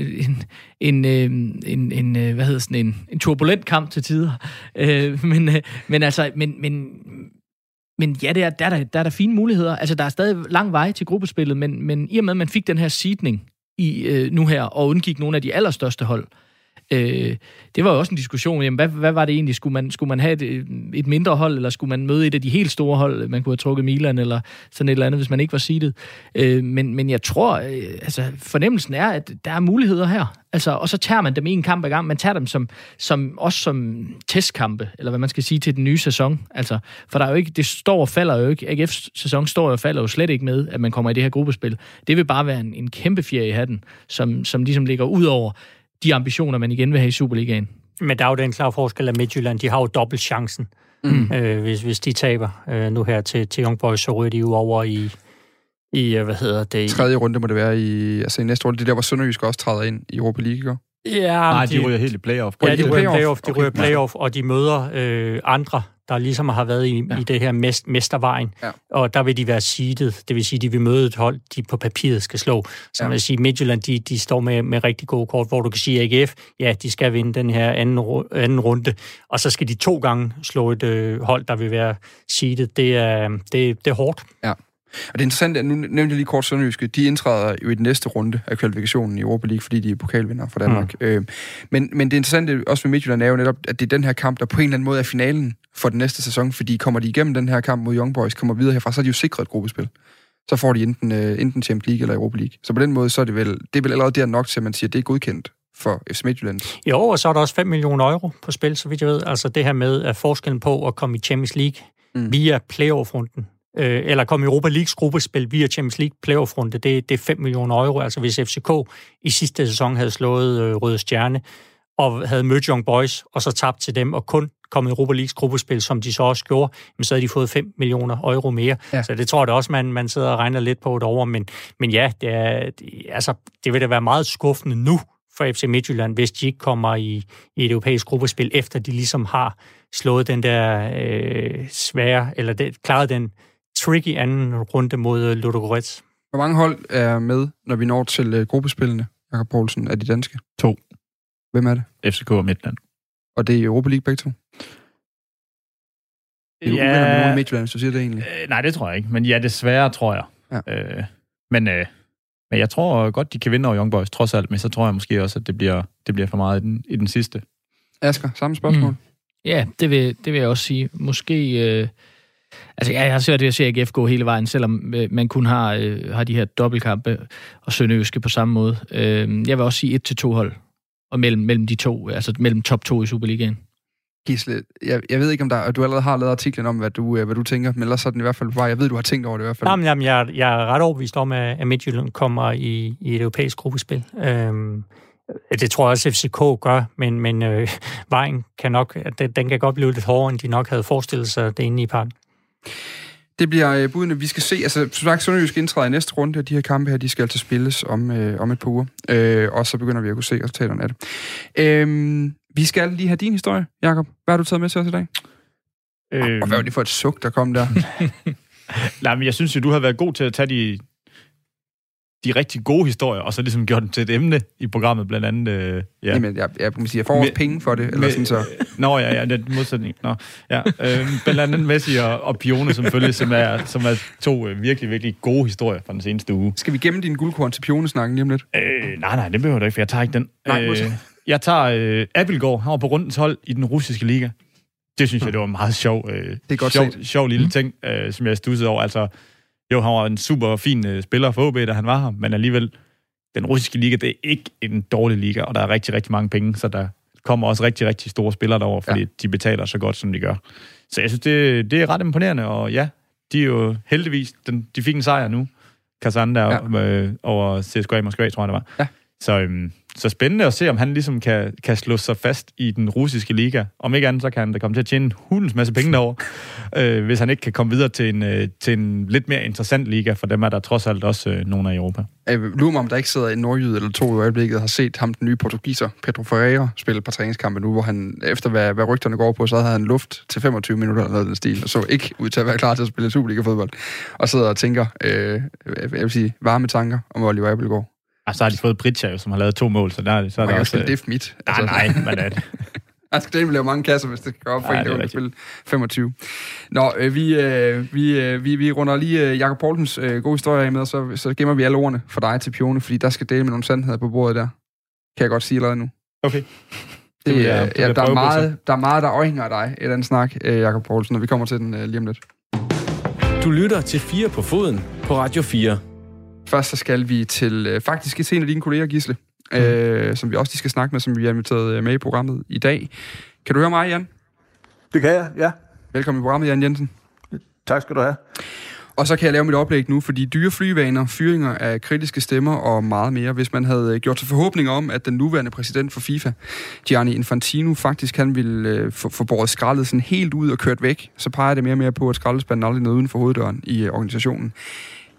en turbulent kamp til tider. Men ja, der er der fine muligheder. Altså, der er stadig lang vej til gruppespillet, men i og med, at man fik den her seedning nu her, og undgik nogle af de allerstørste hold, det var jo også en diskussion. Jamen, hvad var det egentlig? Skulle man have et mindre hold, eller skulle man møde et af de helt store hold? Man kunne have trukket Milan, eller sådan et eller andet, hvis man ikke var seedet. Men jeg tror, fornemmelsen er, at der er muligheder her. Altså, og så tager man dem en kamp ad gang. Man tager dem som testkampe, eller hvad man skal sige, til den nye sæson. Altså, for der er jo ikke, det står og falder jo ikke. AGF's sæson står og falder jo slet ikke med, at man kommer i det her gruppespil. Det vil bare være en kæmpe fjer i hatten, som ligesom ligger ud over de ambitioner, man igen vil have i Superligaen. Men der er jo den klare forskel af Midtjylland. De har jo dobbelt chancen. Hvis de taber nu her til Young Boys, så ryger de jo over Tredje runde må det være i næste runde. Det der, hvor Sønderjysk også træder ind i Europa League, ikke? Ja, nej, de ryger helt i playoff. Ja, de ryger playoff, og de møder andre, der ligesom har været i det her mestervejen. Ja. Og der vil de være seedet. Det vil sige, de vil møde et hold, de på papiret skal slå. Så man vil sige, Midtjylland, de står med rigtig gode kort, hvor du kan sige, at AGF, ja, de skal vinde den her anden runde. Og så skal de 2 gange slå et hold, der vil være seedet. Det er hårdt. Ja. Og det er interessant, at nu nævnte jeg lige kort Sønderjyske, de indtræder jo i den næste runde af kvalifikationen i Europa League, fordi de er pokalvinder for Danmark. Men det interessante også ved Midtjylland er jo netop, at det er den her kamp, der på en eller anden måde er finalen for den næste sæson, fordi kommer de igennem den her kamp mod Young Boys, kommer videre herfra, så er de jo sikret et gruppespil. Så får de enten Champions League eller Europa League. Så på den måde, så er det vel allerede der nok til, at man siger, at det er godkendt for FC Midtjylland. Jo, og så er der også 5 millioner euro på spil, så vidt jeg ved. Altså det her med at forskellen på at komme i Champions League via playoff-runden, eller komme i Europa Leagues gruppespil via Champions League playoff-runde, det er 5 millioner euro. Altså hvis FCK i sidste sæson havde slået Røde Stjerne, og havde mødt Young Boys, og så tabt til dem, og kun kommet i Europa Leagues gruppespil, som de så også gjorde, men så havde de fået 5 millioner euro mere. Ja. Så det tror jeg da også, man sidder og regner lidt på derovre. Men ja, det vil da være meget skuffende nu for FC Midtjylland, hvis de ikke kommer i et europæisk gruppespil, efter de ligesom har slået den der svære, eller klaret den tricky anden runde mod Ludogorets. Hvor mange hold er med, når vi når til gruppespillene, Jakob Poulsen, af de danske? 2. Hvem er det? FCK og Midtjylland. Og det er Europa League begge to? Det er uvenner med nogen i Midtjylland, hvis du siger det egentlig. Nej, det tror jeg ikke. Men ja, desværre tror jeg. Ja. Men jeg tror godt, de kan vinde over Young Boys, trods alt. Men så tror jeg måske også, at det bliver for meget i den sidste. Asger, samme spørgsmål? Ja, det vil jeg også sige. Måske... jeg har svært ved at se AGF gå hele vejen, selvom man kun har de her dobbeltkampe og Sønderjyske på samme måde. Jeg vil også sige 1-2 hold, og mellem de to, altså mellem top 2 i Superligaen. Gisle, jeg ved ikke, om du allerede har lavet artiklen om, hvad du tænker, men ellers er den i hvert fald bare, jeg ved, du har tænkt over det i hvert fald. Jamen, jeg er ret overbevist om, at Midtjylland kommer i et europæisk gruppespil. Det tror jeg også, FCK gør, men vejen kan nok, den kan godt blive lidt hårdere, end de nok havde forestillet sig det inde i parken. Det bliver budene, vi skal se. Altså, som sagt, Sønderjysk indtræder i næste runde, og de her kampe her, de skal altså spilles om et par uger. Og så begynder vi at kunne se resultaterne af det. Vi skal lige have din historie, Jakob. Hvad har du taget med til os i dag? Og hvad var det for et suk, der kom der? Nej, men jeg synes jo, du har været god til at tage de rigtig gode historier, og så ligesom gjort dem til et emne i programmet, blandt andet... Jamen, jeg får også penge for det, eller sådan så... Nå, ja, det er modsætning. Nå, ja. Blandt andet Messi og Pione, selvfølgelig, som er 2 virkelig, virkelig gode historier fra den seneste uge. Skal vi gemme din guldkorn til Pione-snakken lige om lidt? Nej, det behøver du ikke, for jeg tager ikke den. Jeg tager Abildgaard, han var på rundens hold i den russiske liga. Det synes jeg, det var en meget sjov lille ting, som jeg studsede over. Altså, jo, han var en super fin spiller for OB, da han var her, men alligevel, den russiske liga, det er ikke en dårlig liga, og der er rigtig, rigtig mange penge, så der kommer også rigtig, rigtig store spillere derover, fordi de betaler så godt, som de gør. Så jeg synes, det er ret imponerende, og ja, de er jo heldigvis, de fik en sejr nu, Kazan der over CSKA Moskva, tror jeg, det var. Ja. Så spændende at se, om han ligesom kan slå sig fast i den russiske liga. Om ikke andet, så kan han da komme til at tjene hulens masse penge derovre, hvis han ikke kan komme videre til en lidt mere interessant liga, for dem er der trods alt også nogle af Europa. Lurer mig, om der ikke sidder en nordjyde eller 2 i øjeblikket, har set ham, den nye portugiser, Pedro Ferreira, spille på træningskampe nu, hvor han, efter hvad rygterne går på, så havde han luft til 25 minutter eller noget den stil, og så ikke ud til at være klar til at spille Superliga-fodbold, og sidder og tænker, jeg vil sige, varme tanker om Oliver Abildgaard. Og så har de fået Britja, som har lavet 2 mål, så der er det også... Det er mit. Nej, men er det... Han skal lave mange kasser, hvis det skal op for en, der vil spille 25. Nå, vi runder lige Jakob Poulsens gode historie af med, og så gemmer vi alle ordene for dig til Pione, fordi der skal dele med nogle sandheder på bordet der. Kan jeg godt sige allerede nu. Okay. Der er meget, der afhænger af dig, et andet snak, Jakob Poulsen, og vi kommer til den lige om lidt. Du lytter til 4 på foden på Radio 4. Først så skal vi til faktisk en af dine kolleger, Gisle, som vi også skal snakke med, som vi har inviteret med i programmet i dag. Kan du høre mig, Jan? Det kan jeg, ja. Velkommen i programmet, Jan Jensen. Tak skal du have. Og så kan jeg lave mit oplæg nu, fordi dyre flyvaner, fyringer af kritiske stemmer og meget mere. Hvis man havde gjort sig forhåbninger om, at den nuværende præsident for FIFA, Gianni Infantino, faktisk han ville få båret skraldet sådan helt ud og kørt væk, så peger det mere og mere på, at skraldespanden aldrig nåede uden for hoveddøren i organisationen.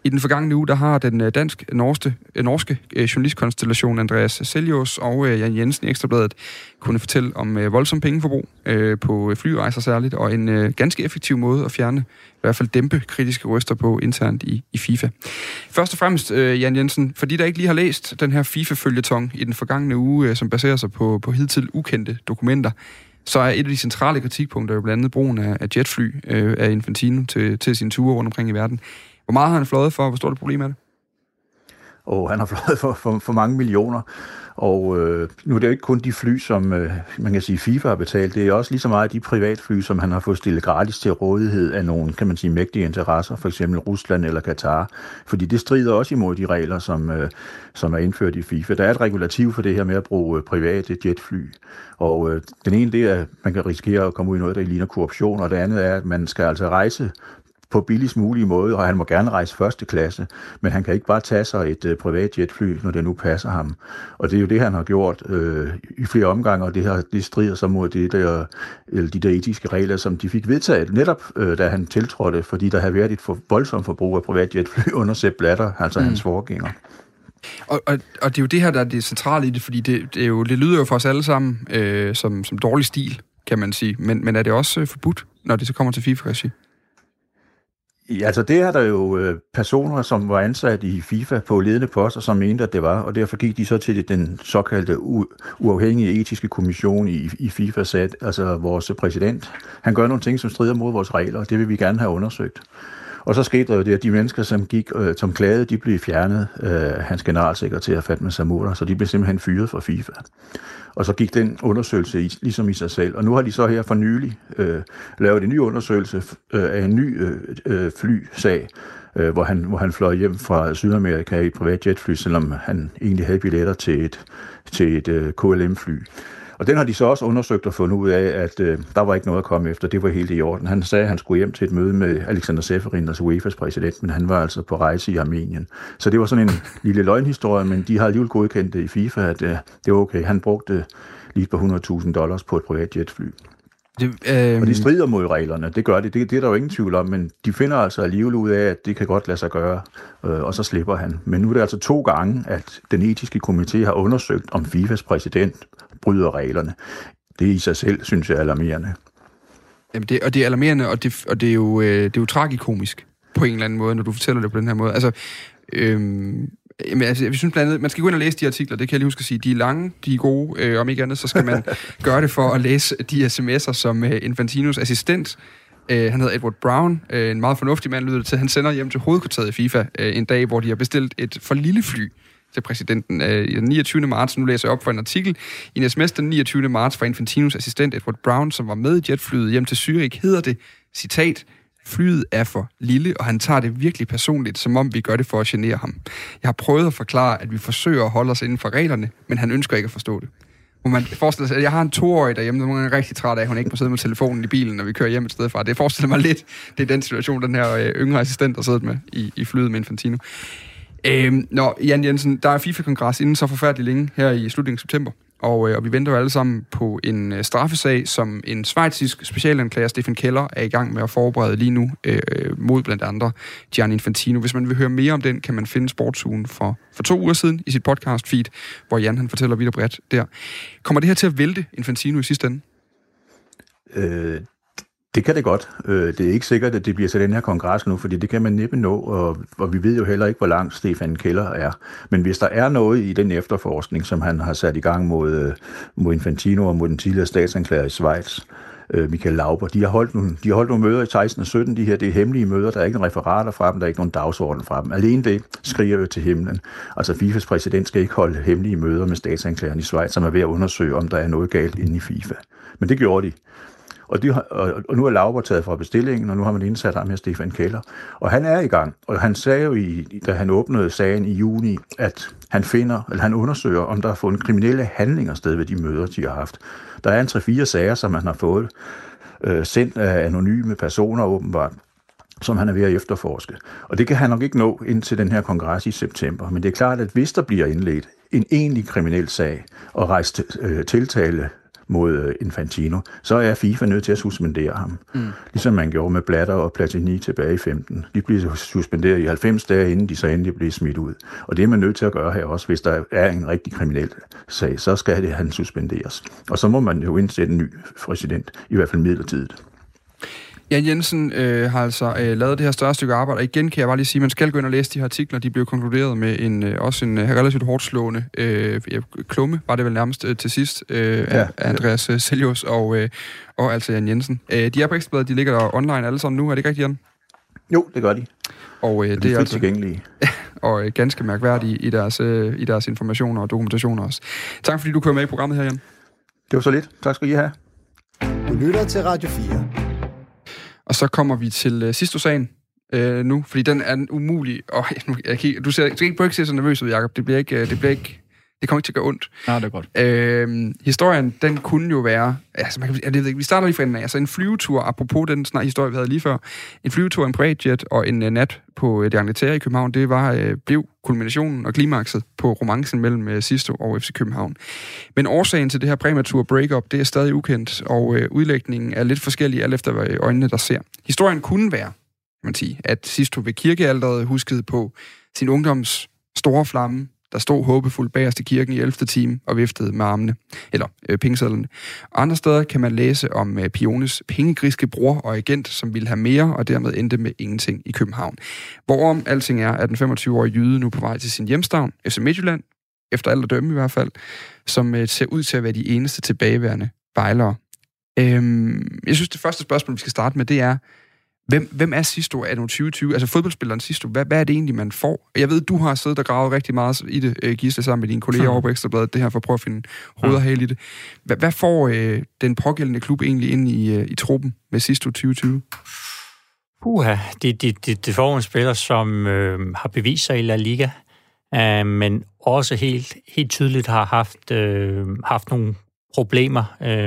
I den forgangne uge, der har den norske journalistkonstellation Andreas Seljås og Jan Jensen i Ekstrabladet kunne fortælle om voldsom pengeforbrug på flyrejser særligt, og en ganske effektiv måde at fjerne, i hvert fald dæmpe kritiske røster på internt i FIFA. Først og fremmest, Jan Jensen, fordi der ikke lige har læst den her FIFA-føljeton i den forgangne uge, som baserer sig på hidtil ukendte dokumenter, så er et af de centrale kritikpunkter jo blandt andet brugen af jetfly af Infantino til sine ture rundt omkring i verden. Hvor meget har han fløjet for, og hvor stort et problem er det? Han har fløjet for mange millioner, og nu er det jo ikke kun de fly, som man kan sige FIFA har betalt, det er også lige så meget de privatfly, som han har fået stillet gratis til rådighed af nogle, kan man sige, mægtige interesser, for eksempel Rusland eller Katar, fordi det strider også imod de regler, som er indført i FIFA. Der er et regulativ for det her med at bruge private jetfly, og den ene det er, at man kan risikere at komme ud i noget, der ligner korruption, og det andet er, at man skal altså rejse på billigst mulig måde, og han må gerne rejse første klasse, men han kan ikke bare tage sig et privat jetfly, når det nu passer ham. Og det er jo det, han har gjort i flere omgange, og det strider så mod de der etiske regler, som de fik vedtaget, netop da han tiltrådte, fordi der havde været et voldsomt forbrug af privat jetfly under Sepp Blatter, altså hans forgænger. Og det er jo det her, der er det centrale i det, fordi det lyder jo for os alle sammen som dårlig stil, kan man sige. Men er det også forbudt, når det så kommer til FIFA-regi? Ja, altså det er der jo personer, som var ansat i FIFA på ledende poster, som mente, at det var, og derfor gik de så til den såkaldte uafhængige etiske kommission i FIFA, altså vores præsident. Han gør nogle ting, som strider mod vores regler, og det vil vi gerne have undersøgt. Og så skete der jo det, at de mennesker, som klagede, de blev fjernet af hans generalsekretær Fatma Samoura, så de blev simpelthen fyret fra FIFA. Og så gik den undersøgelse ligesom i sig selv. Og nu har de så her for nylig lavet en ny undersøgelse af en ny flysag, hvor han fløj hjem fra Sydamerika i et privat jetfly, selvom han egentlig havde billetter til et KLM-fly. Og den har de så også undersøgt og fundet ud af, at der var ikke noget at komme efter. Det var helt i orden. Han sagde, at han skulle hjem til et møde med Alexander Seferin, altså UEFA's præsident, men han var altså på rejse i Armenien. Så det var sådan en lille løgnhistorie, men de har alligevel godkendt det i FIFA, at det var okay. Han brugte lige på $100,000 på et privat jetfly. Og de strider mod reglerne, det gør det. Det er der jo ingen tvivl om, men de finder altså alligevel ud af, at det kan godt lade sig gøre, og så slipper han. Men nu er det altså 2 gange, at den etiske komité har undersøgt, om FIFAs præsident bryder reglerne. Det i sig selv, synes jeg, er alarmerende. Jamen det er alarmerende, og det er jo tragikomisk på en eller anden måde, når du fortæller det på den her måde. Altså, jeg synes blandt andet, man skal gå ind og læse de artikler, det kan jeg lige huske at sige. De er lange, de er gode, om ikke andet, så skal man gøre det for at læse de sms'er, som Infantinos assistent, han hedder Edward Brown, en meget fornuftig mand lyder det til, han sender hjem til hovedkvarteret i FIFA en dag, hvor de har bestilt et for lille fly til præsidenten den 29. marts. Nu læser jeg op for en artikel. I en sms den 29. marts fra Infantinos assistent Edward Brown, som var med i jetflyet hjem til Zürich, hedder det, citat, flyet er for lille, og han tager det virkelig personligt, som om vi gør det for at genere ham. Jeg har prøvet at forklare, at vi forsøger at holde os inden for reglerne, men han ønsker ikke at forstå det. Hvor man forestiller sig, at jeg har en 2-årig derhjemme, der er rigtig træt af, at hun ikke må sidde med telefonen i bilen, når vi kører hjem et sted fra. Det forestiller mig lidt, det er den situation, den her yngre assistent har siddet med i flyet med Infantino. Jan Jensen, der er FIFA-kongres inden så forfærdeligt længe her i slutningen af september, og vi venter jo alle sammen på en straffesag, som en schweizisk specialanklager, Stefan Keller, er i gang med at forberede lige nu mod blandt andre Gianni Infantino. Hvis man vil høre mere om den, kan man finde Sportsugen for 2 uger siden i sit podcast-feed, hvor Jan han fortæller vidt og bredt der. Kommer det her til at vælte Infantino i sidste ende? Det kan det godt. Det er ikke sikkert, at det bliver til den her kongres nu, fordi det kan man næppe nå, og vi ved jo heller ikke, hvor langt Stefan Keller er. Men hvis der er noget i den efterforskning, som han har sat i gang mod Infantino og mod den tidligere statsanklager i Schweiz, Michael Lauber, de har holdt nogle møder i 16 og 17, det er hemmelige møder, der er ikke nogen referater fra dem, der er ikke nogen dagsorden fra dem. Alene det skriger jo til himlen. Altså FIFAs præsident skal ikke holde hemmelige møder med statsanklageren i Schweiz, som er ved at undersøge, om der er noget galt inde i FIFA. Men det gjorde de. Og nu er Lauber taget fra bestillingen, og nu har man indsat ham her, Stefan Keller. Og han er i gang, og han sagde jo, da han åbnede sagen i juni, at han undersøger, om der er fundet kriminelle handlinger sted ved de møder, de har haft. Der er en 3-4 sager, som han har fået sendt af anonyme personer åbenbart, som han er ved at efterforske. Og det kan han nok ikke nå indtil den her kongres i september. Men det er klart, at hvis der bliver indledt en egentlig kriminel sag og rejst tiltale mod Infantino, så er FIFA nødt til at suspendere ham. Ligesom man gjorde med Blatter og Platini tilbage i 15. De blev suspenderet i 90 dage, inden de så endelig blev smidt ud. Og det er man nødt til at gøre her også, hvis der er en rigtig kriminel sag, så skal han suspenderes. Og så må man jo indsætte en ny præsident, i hvert fald midlertidigt. Jan Jensen har altså lavet det her større stykke arbejde, og igen kan jeg bare lige sige, at man skal gå ind og læse de her artikler. De blev konkluderet med også en relativt hårdt slående klumme, var det vel nærmest til sidst, af Andreas Selius og altså Jan Jensen. De er på Ekstrabladet, de ligger der online alle sammen nu, er det ikke rigtigt, Jan? Jo, det gør de. Og det er altså tilgængelige. Og ganske mærkværdige i deres informationer og dokumentationer også. Tak fordi du kom med i programmet her, Jan. Det var så lidt. Tak skal I have. Du lytter til Radio 4. Og så kommer vi til Sisto-sagen nu, fordi den er umulig. Du skal ikke se så nervøs ud, Jacob. Det kommer ikke til at gøre ondt. Ja, det er godt. Historien, den kunne jo være... Altså, vi starter lige fra enden af. Altså en flyvetur, apropos den historie, vi havde lige før. En flyvetur, en privatjet og en nat på det Angleterre i København, det blev kulminationen og klimakset på romancen mellem Sisto og FC København. Men årsagen til det her præmature breakup, det er stadig ukendt, og udlægningen er lidt forskellig, alt efter øjnene, der ser. Historien kunne være, kan man sige, at Sisto ved kirkealderet huskede på sin ungdoms store flamme, der stod håbefuldt bagerst i kirken i 11. time og viftede med armene, eller pengesedlerne. Andre steder kan man læse om Piones pengegriske bror og agent, som ville have mere, og dermed endte med ingenting i København. Hvorom alting er, at den 25-årige jyde nu på vej til sin hjemstavn, FC Midtjylland, efter alt at dømme i hvert fald, som ser ud til at være de eneste tilbageværende bejlere. Jeg synes, det første spørgsmål, vi skal starte med, det er, hvem er Sisto anno 2020? Altså fodboldspilleren Sisto, hvad er det egentlig, man får? Jeg ved, du har siddet og gravet rigtig meget i det, Gisle, sammen med dine kolleger over på Ekstrabladet, det her for at prøve at finde hoved og hale i det. Hvad får den pågældende klub egentlig ind i truppen med Sisto 2020? Det får en spiller, som har bevist sig i La Liga, men også helt tydeligt har haft nogle problemer,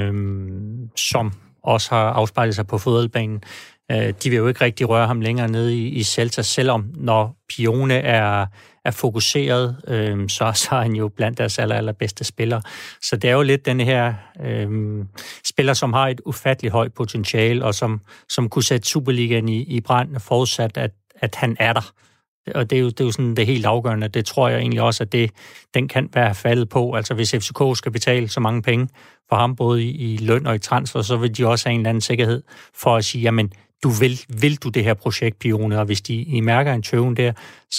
som også har afspejlet sig på fodboldbanen. De vil jo ikke rigtig røre ham længere nede i Celta, selvom når Pione er fokuseret, så er han jo blandt deres allerbedste spillere. Så det er jo lidt den her spiller, som har et ufatteligt højt potentiale, og som kunne sætte Superligaen i brand, forudsat, at han er der. Og det er jo sådan det helt afgørende. Det tror jeg egentlig også, at den kan være faldet på. Altså hvis FCK skal betale så mange penge for ham, både i løn og i transfer, så vil de også have en eller anden sikkerhed for at sige, jamen, vil du det her projekt, Pione, og hvis I mærker en tøven der,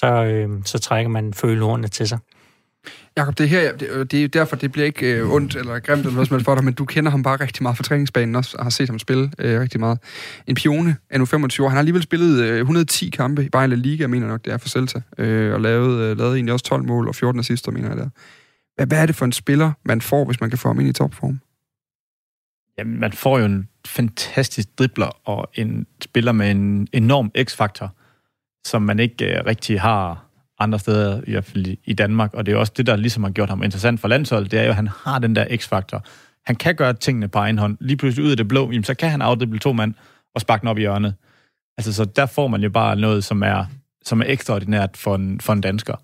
så trækker man følehornene til sig. Jakob, det er jo derfor, det bliver ikke ondt eller grimt eller noget som helst for dig, men du kender ham bare rigtig meget fra træningsbanen også, og har set ham spille rigtig meget. En Pione er nu 25 år. Han har alligevel spillet 110 kampe i bare La Liga, mener nok, det er for Celta, og lavet egentlig også 12 mål og 14 assister, mener jeg der. Hvad er det for en spiller, man får, hvis man kan få ham ind i topform? Jamen, man får jo en fantastisk dribler og en spiller med en enorm x-faktor, som man ikke rigtig har andre steder, i hvert fald i Danmark. Og det er også det, der ligesom har gjort ham interessant for landsholdet, det er jo, at han har den der x-faktor. Han kan gøre tingene på egen hånd. Lige pludselig ud af det blå, så kan han afdrible 2 mand og sparke den op i hjørnet. Altså, så der får man jo bare noget, som er ekstraordinært for en dansker.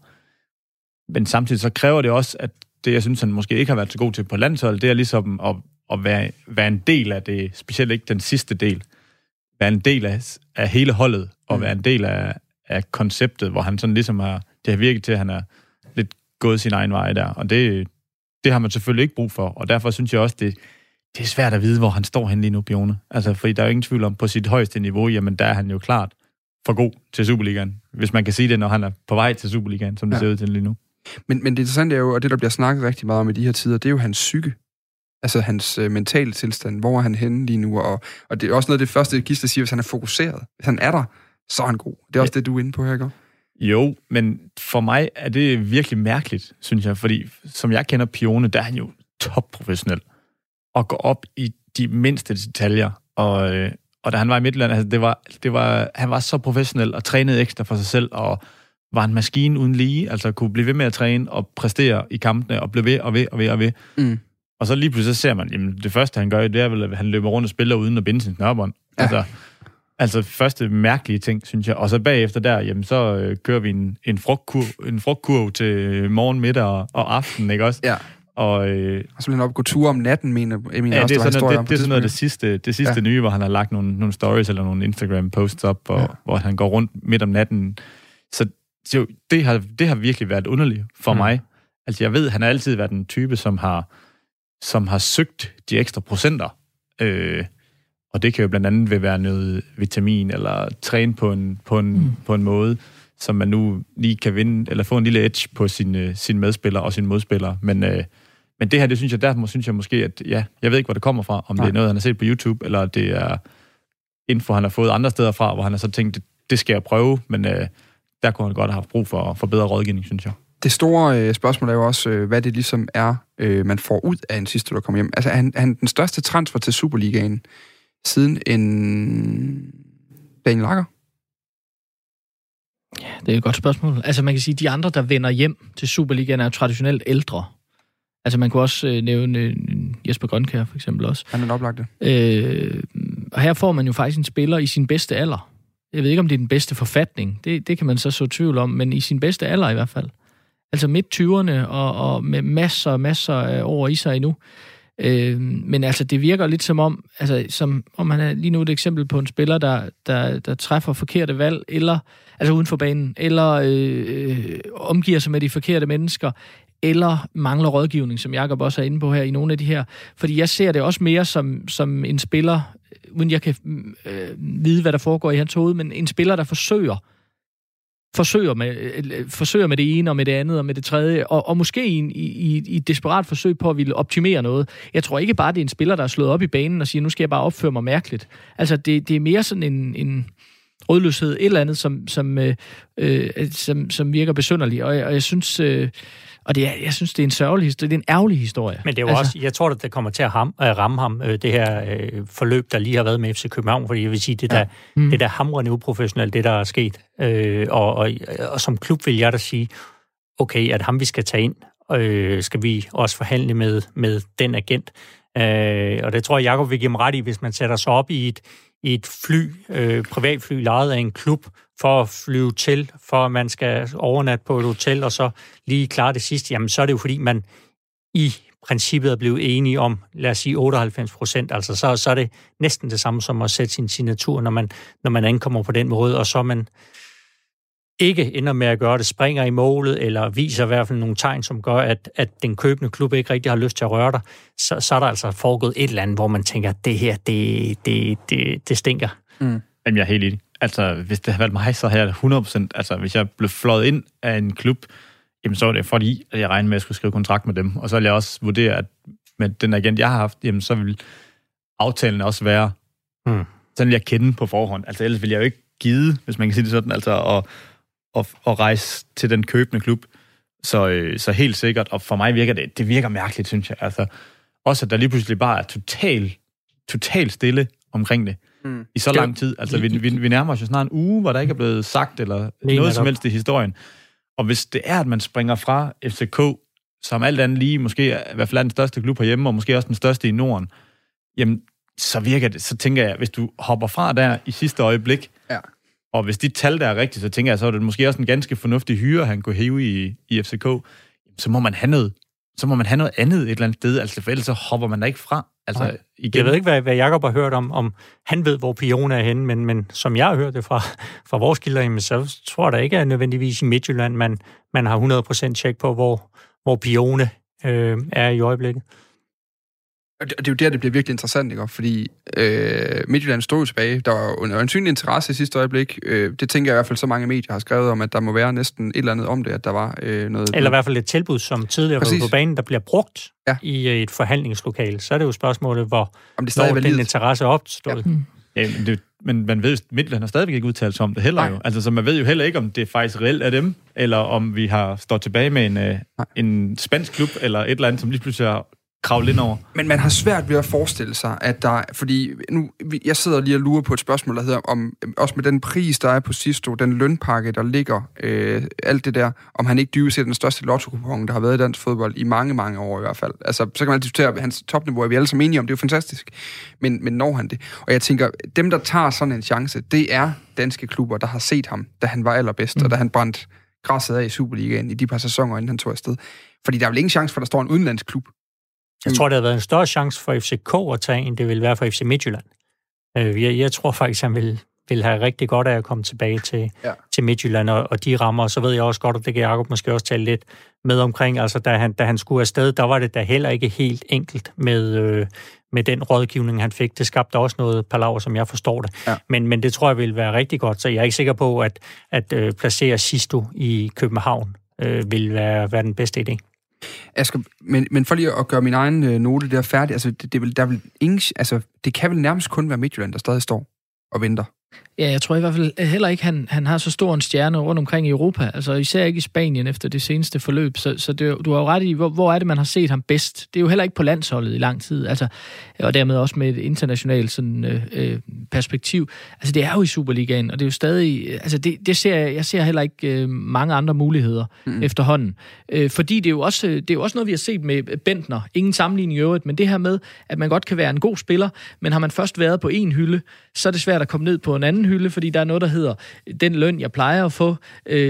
Men samtidig så kræver det også, at det, jeg synes, han måske ikke har været så god til på landsholdet, det er ligesom at være en del af det, specielt ikke den sidste del. Være en del af hele holdet, og være en del af konceptet, hvor han sådan ligesom det har virket til, at han er lidt gået sin egen vej der. Og det har man selvfølgelig ikke brug for, og derfor synes jeg også, det er svært at vide, hvor han står hen lige nu, Pione. Altså, fordi der er jo ingen tvivl om, på sit højeste niveau, jamen der er han jo klart for god til Superligaen. Hvis man kan sige det, når han er på vej til Superligaen, som det ser ud til lige nu. Men det interessante er jo, og det der bliver snakket rigtig meget om i de her tider, det er jo hans psyke. Altså hans mentale tilstand. Hvor er han henne lige nu? Og det er også noget af det første, Gisle siger, hvis han er fokuseret. Hvis han er der, så er han god. Det er også det, du er inde på her, ikke? Jo, men for mig er det virkelig mærkeligt, synes jeg. Fordi som jeg kender Pione, der er han jo topprofessionel. Og går op i de mindste detaljer. Og da han var i Midtjylland, altså han var så professionel og trænede ekstra for sig selv, og var en maskine uden lige, altså kunne blive ved med at træne og præstere i kampene, og blive ved og ved og ved og ved. Mm. Og så lige pludselig så ser man, jamen det første han gør, det er vel, at han løber rundt og spiller uden at binde sin snørbånd. Ja. Altså første mærkelige ting, synes jeg. Og så bagefter der, jamen så kører vi en frugtkurv til morgen, middag og aften, ikke også? Ja. Og så han op gå ture om natten, mener ja, det er sådan noget af det sidste nye, hvor han har lagt nogle stories eller nogle Instagram-posts op, hvor han går rundt midt om natten. Så det har virkelig været underligt for mig. Altså, jeg ved, han har altid været en type, som har søgt de ekstra procenter. Og det kan jo blandt andet være noget vitamin, eller træne på en måde, som man nu lige kan vinde, eller få en lille edge på sin medspiller og sin modspiller. Men det her, det synes jeg måske, at jeg ved ikke, hvor det kommer fra. Om det er noget, han har set på YouTube, eller det er info, han har fået andre steder fra, hvor han har så tænkt, det skal jeg prøve, men der kunne han godt have haft brug for bedre rådgivning, synes jeg. Det store spørgsmål er jo også, hvad det ligesom er, man får ud af en sidste, der kommer hjem. Altså, han den største transfer til Superligaen siden en Daniel Lager? Ja, det er et godt spørgsmål. Altså, man kan sige, at de andre, der vender hjem til Superligaen, er jo traditionelt ældre. Altså, man kunne også nævne Jesper Grønkjær, for eksempel også. Han er oplagt det. Og her får man jo faktisk en spiller i sin bedste alder. Jeg ved ikke, om det er den bedste forfatning. Det kan man så tvivl om, men i sin bedste alder i hvert fald. Altså midt-20'erne og med masser af år i sig endnu. Men altså, det virker lidt som om han er lige nu et eksempel på en spiller, der træffer forkerte valg, eller altså uden for banen, eller omgiver sig med de forkerte mennesker, eller mangler rådgivning, som Jakob også er inde på her i nogle af de her. Fordi jeg ser det også mere som en spiller, uden jeg kan vide, hvad der foregår i hans hoved, men en spiller, der forsøger med det ene og med det andet og med det tredje, og måske i et desperat forsøg på at ville optimere noget. Jeg tror ikke bare, det er en spiller, der er slået op i banen og siger, nu skal jeg bare opføre mig mærkeligt. Altså, det er mere sådan en rødløshed, et eller andet, som virker besynderligt, og jeg synes... jeg synes, det er en sørgelig historie. Det er en ærgerlig historie. Men det er jo også, jeg tror, at det kommer til at ramme ham, det her forløb, der lige har været med FC København, fordi jeg vil sige, det der hamrende uprofessionelt, det der er sket. Og som klub vil jeg da sige, okay, at ham vi skal tage ind, skal vi også forhandle med den agent. Og det tror jeg, Jakob vil give mig ret i, hvis man sætter sig op i et privatfly lejet af en klub, for at flyve til, for at man skal overnatte på et hotel, og så lige klare det sidste, jamen så er det jo fordi, man i princippet er blevet enige om, lad os sige 98%, altså så er det næsten det samme som at sætte sin signatur, når man ankommer på den måde, og så man ikke ender med at gøre det, springer i målet, eller viser i hvert fald nogle tegn, som gør, at den købende klub ikke rigtig har lyst til at røre dig, så er der altså foregået et eller andet, hvor man tænker, det her, det stinker. Jamen, jeg er helt enig. Altså, hvis det havde været mig, så havde jeg 100%. Altså, hvis jeg blev fløjet ind af en klub, jamen, så var det fordi, at jeg regnede med, at jeg skulle skrive kontrakt med dem. Og så ville jeg også vurdere, at med den agent, jeg har haft, jamen, så ville aftalen også være, sådan vil jeg kende på forhånd. Altså, ellers ville jeg jo ikke give, hvis man kan sige det sådan, altså, at rejse til den købende klub. Så helt sikkert. Og for mig virker det virker mærkeligt, synes jeg. Altså, også, at der lige pludselig bare er totalt stille omkring det. I så lang tid. Altså, vi nærmer os jo snart en uge, hvor der ikke er blevet sagt, eller noget som helst i historien. Og hvis det er, at man springer fra FCK, som alt andet lige, måske i hvert fald er den største klub herhjemme, og måske også den største i Norden, jamen, så virker det, så tænker jeg, hvis du hopper fra der i sidste øjeblik, og hvis de tal der er rigtigt, så tænker jeg, så er det måske også en ganske fornuftig hyre, han kunne hæve i FCK, så må man have noget andet et eller andet sted, altså for ellers så hopper man da ikke fra. Altså, igen. Jeg ved ikke, hvad Jakob har hørt om han ved, hvor Pione er henne, men som jeg har hørt det fra vores kilder, så tror jeg da ikke, at nødvendigvis i Midtjylland, man har 100% tjek på, hvor Pione er i øjeblikket. Det er jo der, det bliver virkelig interessant, ikke? Fordi Midtjylland stod tilbage. Der var en synlig interesse i sidste øjeblik. Det tænker jeg i hvert fald, så mange medier har skrevet om, at der må være næsten et eller andet om det, at der var noget... Eller i hvert fald et tilbud, som tidligere var på banen, der bliver brugt i et forhandlingslokale. Så er det jo spørgsmålet, hvor den interesse er opstået. Ja, men man ved, at Midtjylland har stadigvæk ikke udtalt sig om det heller jo. Altså, så man ved jo heller ikke, om det faktisk reelt er dem, eller om vi har stået tilbage med en spansk klub, eller et eller andet, som lige pludselig har kravle ind over. Men man har svært ved at forestille sig, at der... Fordi jeg sidder lige og lurer på et spørgsmål, der hedder, om også med den pris, der er på Sisto, den lønpakke, der ligger, alt det der, om han ikke dybest set den største lotto-kupon, der har været i dansk fodbold i mange, mange år i hvert fald. Altså, så kan man diskutere hans topniveau, er vi alle sammen enige om, det er jo fantastisk. Men når han det? Og jeg tænker, dem, der tager sådan en chance, det er danske klubber, der har set ham, da han var allerbedst, og da han brændte græsset af i Superligaen i de par sæsoner, inden han tog afsted. Fordi der er vel ingen chance for, at der står en udenlandsk klub. Jeg tror, det havde været en større chance for FCK at tage, end det ville være for FC Midtjylland. Jeg tror faktisk, han vil have rigtig godt af at komme tilbage til Midtjylland, og de rammer. Så ved jeg også godt, og det kan Jacob måske også tale lidt med omkring. Altså, da han skulle afsted, der var det da heller ikke helt enkelt med den rådgivning, han fik. Det skabte også noget palaver, som jeg forstår det. Ja. Men det tror jeg vil være rigtig godt, så jeg er ikke sikker på, at placere Sisto i København vil være den bedste idé. Asger, men for lige at gøre min egen note der færdig, altså det kan vel nærmest kun være Midtjylland, der stadig står og venter. Ja, jeg tror i hvert fald heller ikke, han har så stor en stjerne rundt omkring i Europa. Altså især ikke i Spanien efter det seneste forløb. Så du har jo ret i, hvor er det, man har set ham bedst? Det er jo heller ikke på landsholdet i lang tid. Altså, og dermed også med et internationalt sådan, perspektiv. Altså det er jo i Superligaen, og det er jo stadig... Altså jeg ser heller ikke mange andre muligheder efterhånden. Fordi det er jo også noget, vi har set med Bentner. Ingen sammenligning i øvrigt, men det her med, at man godt kan være en god spiller, men har man først været på en hylde, så er det svært at komme ned på en anden hylde, fordi der er noget, der hedder den løn, jeg plejer at få,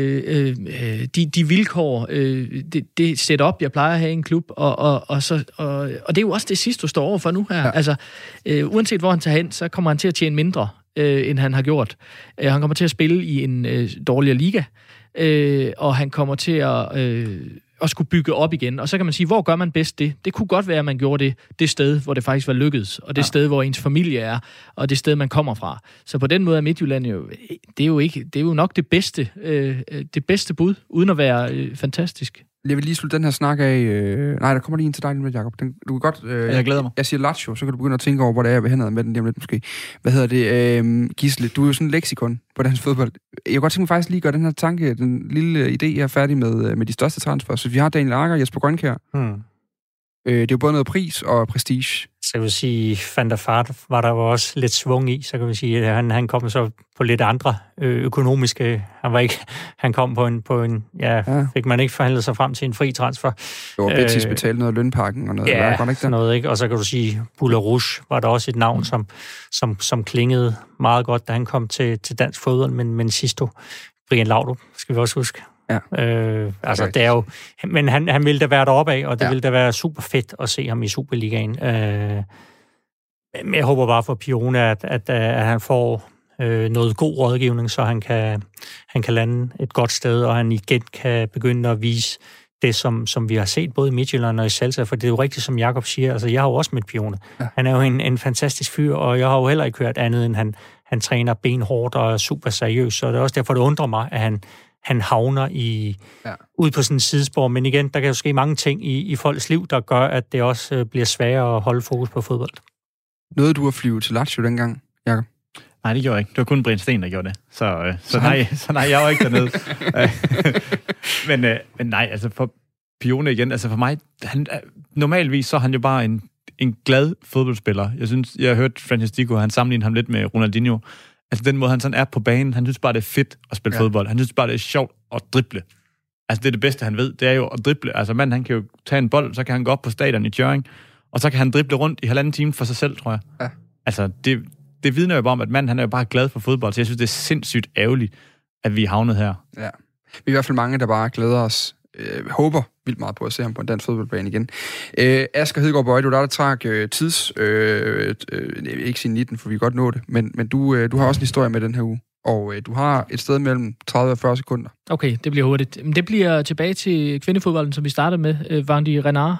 de vilkår, det setup, jeg plejer at have i en klub, og det er jo også det sidste, du står over for nu her. Ja. Altså, uanset hvor han tager hen, så kommer han til at tjene mindre, end han har gjort. Han kommer til at spille i en dårligere liga, og han kommer til at skulle bygge op igen. Og så kan man sige, hvor gør man bedst det? Det kunne godt være, at man gjorde det sted, hvor det faktisk var lykkedes, og det sted, hvor ens familie er, og det sted, man kommer fra. Så på den måde er Midtjylland jo, det er jo nok det bedste bud, uden at være fantastisk. Jeg vil lige slutte den her snak af... Nej, der kommer lige en til dig, Jacob. Du kan godt... jeg glæder mig. Jeg siger Lazio, så kan du begynde at tænke over, hvor det er, jeg vil hen med den lige om lidt måske. Hvad hedder det? Gisle, du er jo sådan en leksikon på dansk fodbold. Jeg kan godt tænke mig faktisk lige gøre den her tanke, den lille idé, jeg er færdig med de største transfer. Så vi har Daniel Agger og Jesper Grønkjær. Det er jo både noget pris og prestige. Så jeg vil sige, Van der Vaart var der jo også lidt svung i, så kan vi sige, at han kom så på lidt andre økonomiske... Han kom på en fik man ikke forhandlet sig frem til en fri transfer. Jo, Betis betalte noget af lønpakken og noget. Ja, sådan noget, ikke? Og så kan du sige, Boularouche var der også et navn, som klingede meget godt, da han kom til dansk fodbold, men Sisto, Brian Laudrup, skal vi også huske. Ja. Det er jo... Men han ville da være deroppe af, og det ville da være super fedt at se ham i Superligaen. Jeg håber bare for Pione, at han får noget god rådgivning, så han kan lande et godt sted, og han igen kan begynde at vise det, som vi har set både i Midtjylland og i Celta, for det er jo rigtigt, som Jacob siger. Altså, jeg har jo også mødt Pione. Ja. Han er jo en fantastisk fyr, og jeg har jo heller ikke hørt andet, end han træner benhårdt og er super seriøs, så det er også derfor, det undrer mig, at han havner ud på sådan en sidespor. Men igen, der kan jo ske mange ting i folks liv, der gør, at det også bliver sværere at holde fokus på fodbold. Nåede du at flyve til Lazio dengang, Jacob? Nej, det gjorde jeg ikke. Det var kun Brian Sten, der gjorde det. Så nej, jeg var ikke dernede. men nej, altså for Pione igen, altså for mig, normalvis så er han jo bare en glad fodboldspiller. Jeg har hørt Francis Dico, han sammenligner ham lidt med Ronaldinho. Altså den måde, han sådan er på banen, han synes bare, det er fedt at spille fodbold. Han synes bare, det er sjovt at drible. Altså det er det bedste, han ved, det er jo at drible. Altså manden, han kan jo tage en bold, så kan han gå op på stadion i Tjøring, og så kan han drible rundt i 1,5 time for sig selv, tror jeg. Ja. Altså det vidner jo bare om, at manden, han er jo bare glad for fodbold, så jeg synes, det er sindssygt ærgerligt, at vi er havnet her. Ja. Vi er i hvert fald mange, der bare glæder os, håber vildt meget på at se ham på en dansk fodboldbane igen. Asger Hedegaard Bøje, du er der trak ikke sige 19, for vi kan godt nå det, men du har også en historie med den her uge, og du har et sted mellem 30 og 40 sekunder. Okay, det bliver hurtigt. Det bliver tilbage til kvindefodbolden, som vi startede med. Vandy Renard,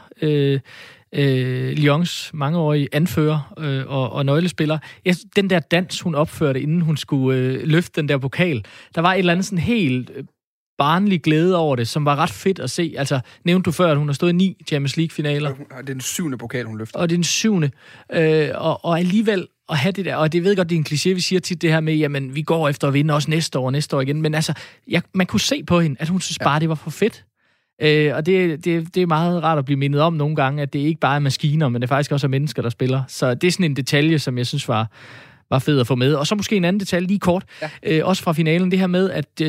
Lyons mangeårige anfører og nøglespiller. Den der dans, hun opførte, inden hun skulle løfte den der pokal, der var et eller andet sådan helt barnlig glæde over det, som var ret fedt at se. Altså, nævnte du før, at hun har stået i 9 Champions League-finaler. Det er den 7. pokal, hun løfter. Og det er den 7. Og alligevel at have det der, og det ved godt, det er en kliché, vi siger tit det her med, jamen, vi går efter at vinde også næste år igen, men altså, man kunne se på hende, at hun synes bare, det var for fedt. Og det er meget rart at blive mindet om nogle gange, at det ikke bare er maskiner, men det er faktisk også mennesker, der spiller. Så det er sådan en detalje, som jeg synes var fed at få med. Og så måske en anden detalje lige kort, også fra finalen, det her med, at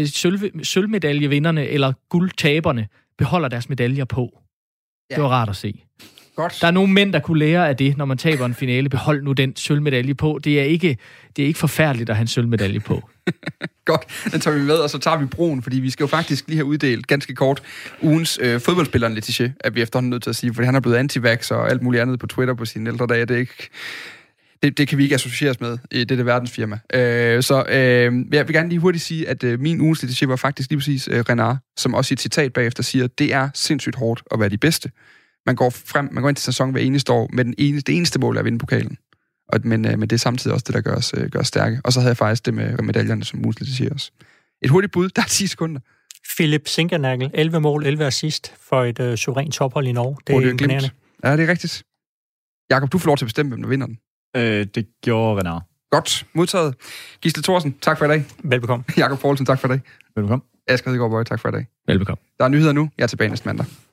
sølvmedaljevinderne eller guldtaberne beholder deres medaljer på. Ja. Det var rart at se. Godt. Der er nogle mænd, der kunne lære af det, når man taber en finale. Behold nu den sølvmedalje på. Det er ikke forfærdeligt at have en sølvmedalje på. Godt, den tager vi med, og så tager vi broen, fordi vi skal jo faktisk lige have uddelt ganske kort ugens fodboldspilleren Letitia, er vi efterhånden nødt til at sige, fordi han er blevet anti-vax og alt muligt andet på Twitter på sine ældre dage. Det kan vi ikke associeres med i dette verdensfirma. Jeg vil gerne lige hurtigt sige, at min ugens Letitia var faktisk lige præcis Renard, som også i et citat bagefter siger, at det er sindssygt hårdt at være de bedste. Man går ind til sæsonen hver eneste år med det eneste mål er at vinde pokalen. Men det er samtidig også det, der gør os stærke. Og så havde jeg faktisk det med medaljerne, som ugens Letitia også. Et hurtigt bud, der er 10 sekunder. Philip Sinkernagel, 11 mål, 11 assist for et suverænt tophold i Norge. Det er imponerende. Ja, det er rigtigt. Jakob, du får lov til at bestemme, hvem der vinder den. Det gjorde Renard. Godt, modtaget. Gisle Thorsen, tak for i dag. Velbekomme. Jakob Poulsen, tak for i dag. Velbekomme. Asger Hedegaard Bøje, tak for i dag. Velbekomme. Der er nyheder nu. Jeg er tilbage næste mandag.